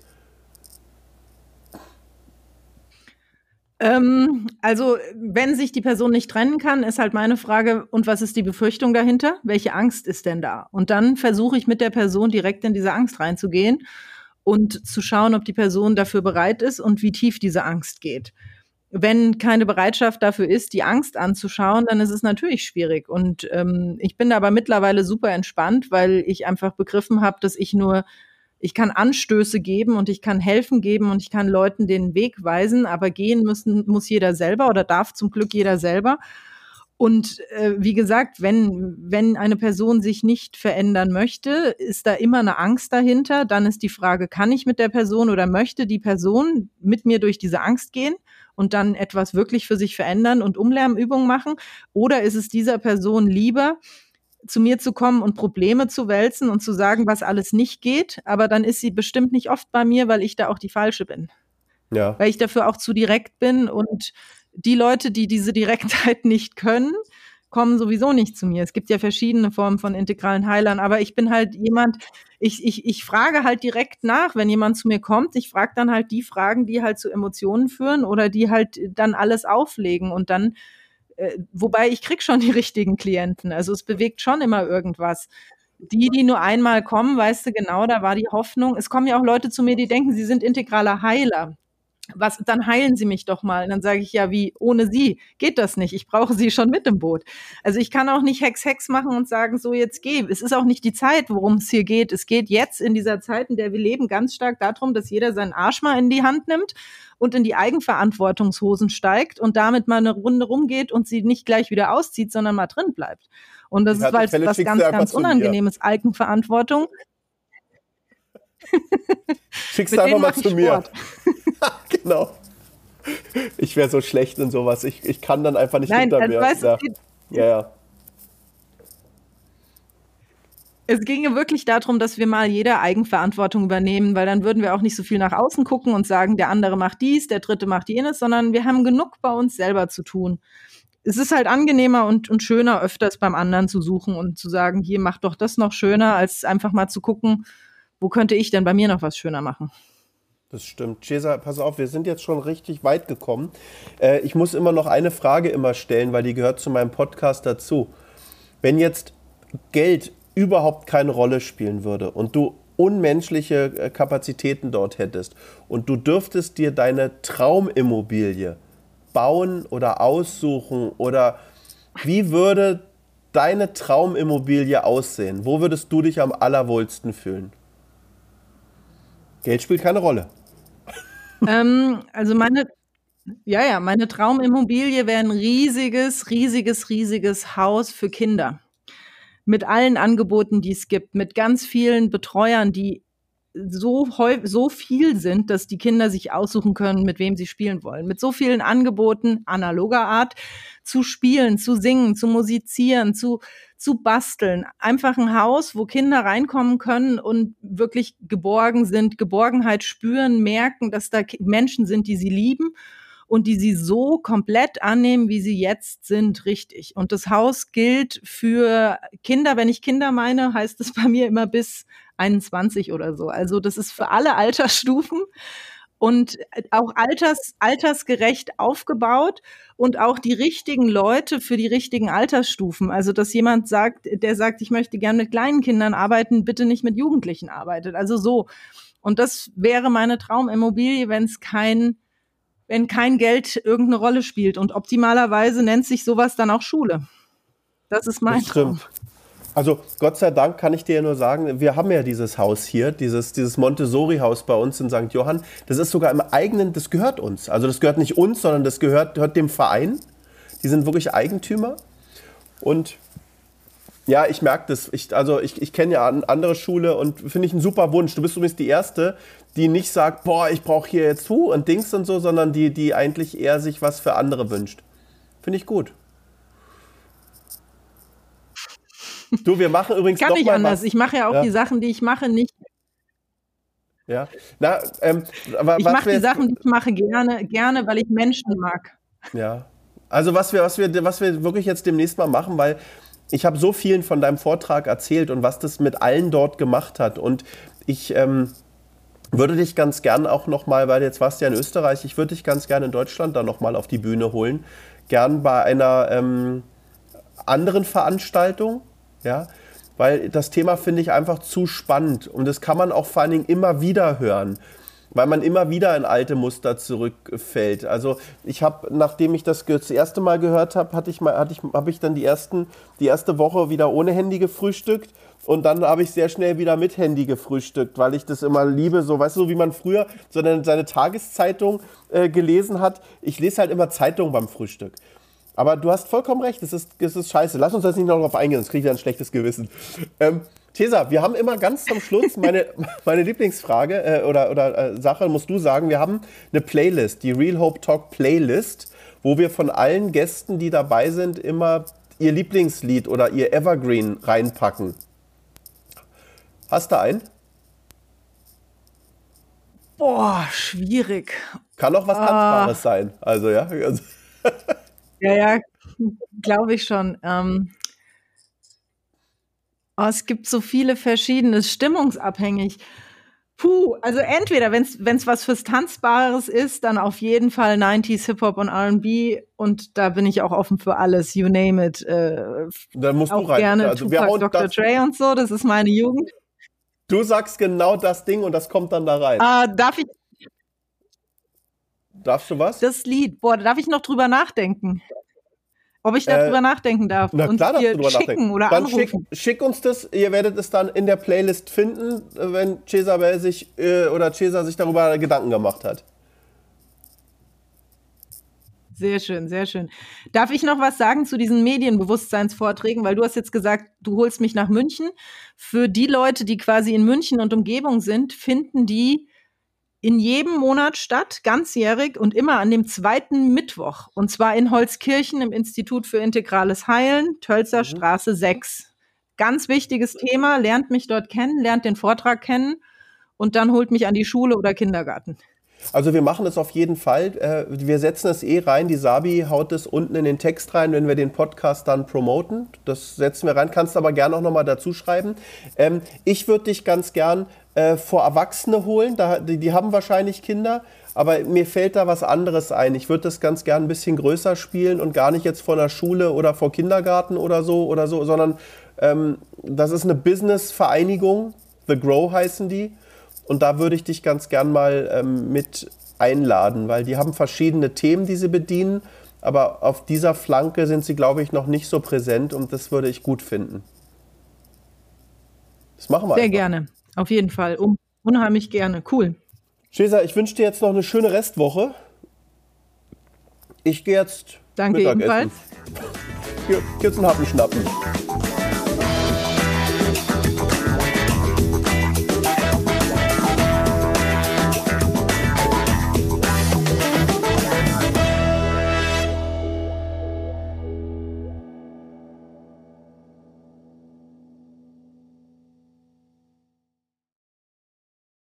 Ähm, also, wenn sich die Person nicht trennen kann, ist halt meine Frage, und was ist die Befürchtung dahinter? Welche Angst ist denn da? Und dann versuche ich mit der Person direkt in diese Angst reinzugehen und zu schauen, ob die Person dafür bereit ist und wie tief diese Angst geht. Wenn keine Bereitschaft dafür ist, die Angst anzuschauen, dann ist es natürlich schwierig. Und ähm, ich bin da aber mittlerweile super entspannt, weil ich einfach begriffen habe, dass ich nur Ich kann Anstöße geben und ich kann helfen geben und ich kann Leuten den Weg weisen, aber gehen müssen muss jeder selber oder darf zum Glück jeder selber. Und äh, wie gesagt, wenn, wenn eine Person sich nicht verändern möchte, ist da immer eine Angst dahinter. Dann ist die Frage, kann ich mit der Person oder möchte die Person mit mir durch diese Angst gehen und dann etwas wirklich für sich verändern und Umlernübungen machen? Oder ist es dieser Person lieber, zu mir zu kommen und Probleme zu wälzen und zu sagen, was alles nicht geht, aber dann ist sie bestimmt nicht oft bei mir, weil ich da auch die Falsche bin. Ja. Weil ich dafür auch zu direkt bin und die Leute, die diese Direktheit nicht können, kommen sowieso nicht zu mir. Es gibt ja verschiedene Formen von integralen Heilern, aber ich bin halt jemand, ich, ich, ich frage halt direkt nach, wenn jemand zu mir kommt. Ich frage dann halt die Fragen, die halt zu Emotionen führen oder die halt dann alles auflegen und dann Wobei ich krieg schon die richtigen Klienten. Also es bewegt schon immer irgendwas. Die, die nur einmal kommen, weißt du genau, da war die Hoffnung. Es kommen ja auch Leute zu mir, die denken, sie sind integraler Heiler. Was, dann heilen Sie mich doch mal. Und dann sage ich, ja, wie, ohne Sie geht das nicht. Ich brauche Sie schon mit im Boot. Also ich kann auch nicht Hex, Hex machen und sagen, so jetzt geh. Es ist auch nicht die Zeit, worum es hier geht. Es geht jetzt in dieser Zeit, in der wir leben, ganz stark darum, dass jeder seinen Arsch mal in die Hand nimmt und in die Eigenverantwortungshosen steigt und damit mal eine Runde rumgeht und sie nicht gleich wieder auszieht, sondern mal drin bleibt. Und das ist halt was ganz, ganz Unangenehmes, Eigenverantwortung. Schick's einfach mal zu mir. Genau. Ich wäre so schlecht in sowas. Ich, ich kann dann einfach nicht Nein, hinter also mir. Weißt ja. du, ja, ja. Es ginge wirklich darum, dass wir mal jeder Eigenverantwortung übernehmen, weil dann würden wir auch nicht so viel nach außen gucken und sagen, der andere macht dies, der dritte macht jenes, sondern wir haben genug bei uns selber zu tun. Es ist halt angenehmer und, und schöner, öfters beim anderen zu suchen und zu sagen, hier, mach doch das noch schöner, als einfach mal zu gucken, wo könnte ich denn bei mir noch was schöner machen? Das stimmt. Cesar, pass auf, wir sind jetzt schon richtig weit gekommen. Äh, ich muss immer noch eine Frage immer stellen, weil die gehört zu meinem Podcast dazu. Wenn jetzt Geld überhaupt keine Rolle spielen würde und du unmenschliche Kapazitäten dort hättest und du dürftest dir deine Traumimmobilie bauen oder aussuchen oder wie würde deine Traumimmobilie aussehen? Wo würdest du dich am allerwohlsten fühlen? Geld spielt keine Rolle. Ähm, also meine, ja, ja, meine Traumimmobilie wäre ein riesiges, riesiges, riesiges Haus für Kinder. Mit allen Angeboten, die es gibt, mit ganz vielen Betreuern, die so häufig, so viel sind, dass die Kinder sich aussuchen können, mit wem sie spielen wollen. Mit so vielen Angeboten analoger Art zu spielen, zu singen, zu musizieren, zu, zu basteln. Einfach ein Haus, wo Kinder reinkommen können und wirklich geborgen sind, Geborgenheit spüren, merken, dass da Menschen sind, die sie lieben und die sie so komplett annehmen, wie sie jetzt sind, richtig. Und das Haus gilt für Kinder, wenn ich Kinder meine, heißt es bei mir immer bis einundzwanzig oder so. Also das ist für alle Altersstufen und auch alters, altersgerecht aufgebaut und auch die richtigen Leute für die richtigen Altersstufen. Also dass jemand sagt, der sagt, ich möchte gern mit kleinen Kindern arbeiten, bitte nicht mit Jugendlichen arbeitet. Also so. Und das wäre meine Traumimmobilie, wenn es kein wenn kein Geld irgendeine Rolle spielt. Und optimalerweise nennt sich sowas dann auch Schule. Das ist mein Traum. Also Gott sei Dank kann ich dir ja nur sagen, wir haben ja dieses Haus hier, dieses, dieses Montessori-Haus bei uns in Sankt Johann. Das ist sogar im eigenen, das gehört uns. Also das gehört nicht uns, sondern das gehört, gehört dem Verein. Die sind wirklich Eigentümer. Und ja, ich merke das. Ich, also ich, ich kenne ja eine andere Schule und finde ich einen super Wunsch. Du bist übrigens die Erste, die nicht sagt, boah, ich brauche hier jetzt Hu und Dings und so, sondern die, die eigentlich eher sich was für andere wünscht. Finde ich gut. Du, wir machen übrigens Kann noch nicht mal anders. was. Ich mache ja auch Ja. die Sachen, die ich mache, nicht. Ja. Na, ähm, aber Ich was mache wir die jetzt, Sachen, die ich mache, gerne, gerne, weil ich Menschen mag. ja. Also was wir, was wir, was wir wirklich jetzt demnächst mal machen, weil ich habe so vielen von deinem Vortrag erzählt und was das mit allen dort gemacht hat. Und ich ähm, würde dich ganz gern auch nochmal, weil jetzt warst du ja in Österreich, ich würde dich ganz gerne in Deutschland da nochmal auf die Bühne holen. Gern bei einer ähm, anderen Veranstaltung, ja, weil das Thema finde ich einfach zu spannend und das kann man auch vor allen Dingen immer wieder hören, weil man immer wieder in alte Muster zurückfällt. Also ich habe, nachdem ich das das erste Mal gehört habe, hatte ich mal, hatte ich, habe ich dann die ersten, die erste Woche wieder ohne Handy gefrühstückt und dann habe ich sehr schnell wieder mit Handy gefrühstückt, weil ich das immer liebe, so, weißt du, so wie man früher so seine, seine Tageszeitung äh, gelesen hat. Ich lese halt immer Zeitung beim Frühstück. Aber du hast vollkommen recht, das ist, das ist scheiße. Lass uns jetzt nicht noch drauf eingehen, sonst kriege ich wieder ein schlechtes Gewissen. Ähm, Tesa, wir haben immer ganz zum Schluss meine, meine Lieblingsfrage äh, oder, oder äh, Sache, musst du sagen, wir haben eine Playlist, die Real Hope Talk Playlist, wo wir von allen Gästen, die dabei sind, immer ihr Lieblingslied oder ihr Evergreen reinpacken. Hast du einen? Boah, schwierig. Kann auch was Ah. Tanzbares sein. Also ja. Also, Ja, ja, glaube ich schon. Ähm, oh, es gibt so viele verschiedene, es ist stimmungsabhängig. Puh, also entweder, wenn es was fürs Tanzbares ist, dann auf jeden Fall neunziger Hip-Hop und R und B und da bin ich auch offen für alles, you name it. Äh, dann musst auch du rein. gerne Also, wir Tupac, hauen Doktor das, Dre und so, das ist meine Jugend. du sagst genau das Ding und das kommt dann da rein. Äh, darf ich Darfst du was? das Lied, boah, da darf ich noch drüber nachdenken. Ob ich Äh, darüber nachdenken darf Na und klar, darfst dir du drüber schicken nachdenken. oder Dann anrufen. schick, schick uns das, ihr werdet es dann in der Playlist finden, wenn Cesar sich äh, oder Cesar sich darüber Gedanken gemacht hat. Sehr schön, sehr schön. Darf ich noch was sagen zu diesen Medienbewusstseinsvorträgen? Weil du hast jetzt gesagt, du holst mich nach München. Für die Leute, die quasi in München und Umgebung sind, finden die in jedem Monat statt, ganzjährig und immer an dem zweiten Mittwoch. Und zwar in Holzkirchen im Institut für integrales Heilen, Tölzer Straße sechs. Ganz wichtiges Thema, lernt mich dort kennen, lernt den Vortrag kennen und dann holt mich an die Schule oder Kindergarten. Also wir machen es auf jeden Fall. Äh, wir setzen es eh rein. Die Sabi haut es unten in den Text rein, wenn wir den Podcast dann promoten. Das setzen wir rein. Kannst aber gerne auch nochmal dazu schreiben. Ähm, ich würde dich ganz gern äh, vor Erwachsene holen. Da, die, die haben wahrscheinlich Kinder. Aber mir fällt da was anderes ein. Ich würde das ganz gern ein bisschen größer spielen und gar nicht jetzt vor einer Schule oder vor Kindergarten oder so, oder so, sondern ähm, das ist eine Business-Vereinigung. The Grow heißen die. Und da würde ich dich ganz gern mal ähm, mit einladen, weil die haben verschiedene Themen, die sie bedienen, aber auf dieser Flanke sind sie, glaube ich, noch nicht so präsent und das würde ich gut finden. Das machen wir Sehr einfach. gerne, auf jeden Fall. Um, unheimlich gerne, cool. Cesar, ich wünsche dir jetzt noch eine schöne Restwoche. Ich gehe jetzt Danke Mittagessen. ebenfalls. Hier, jetzt einen Happen schnappen.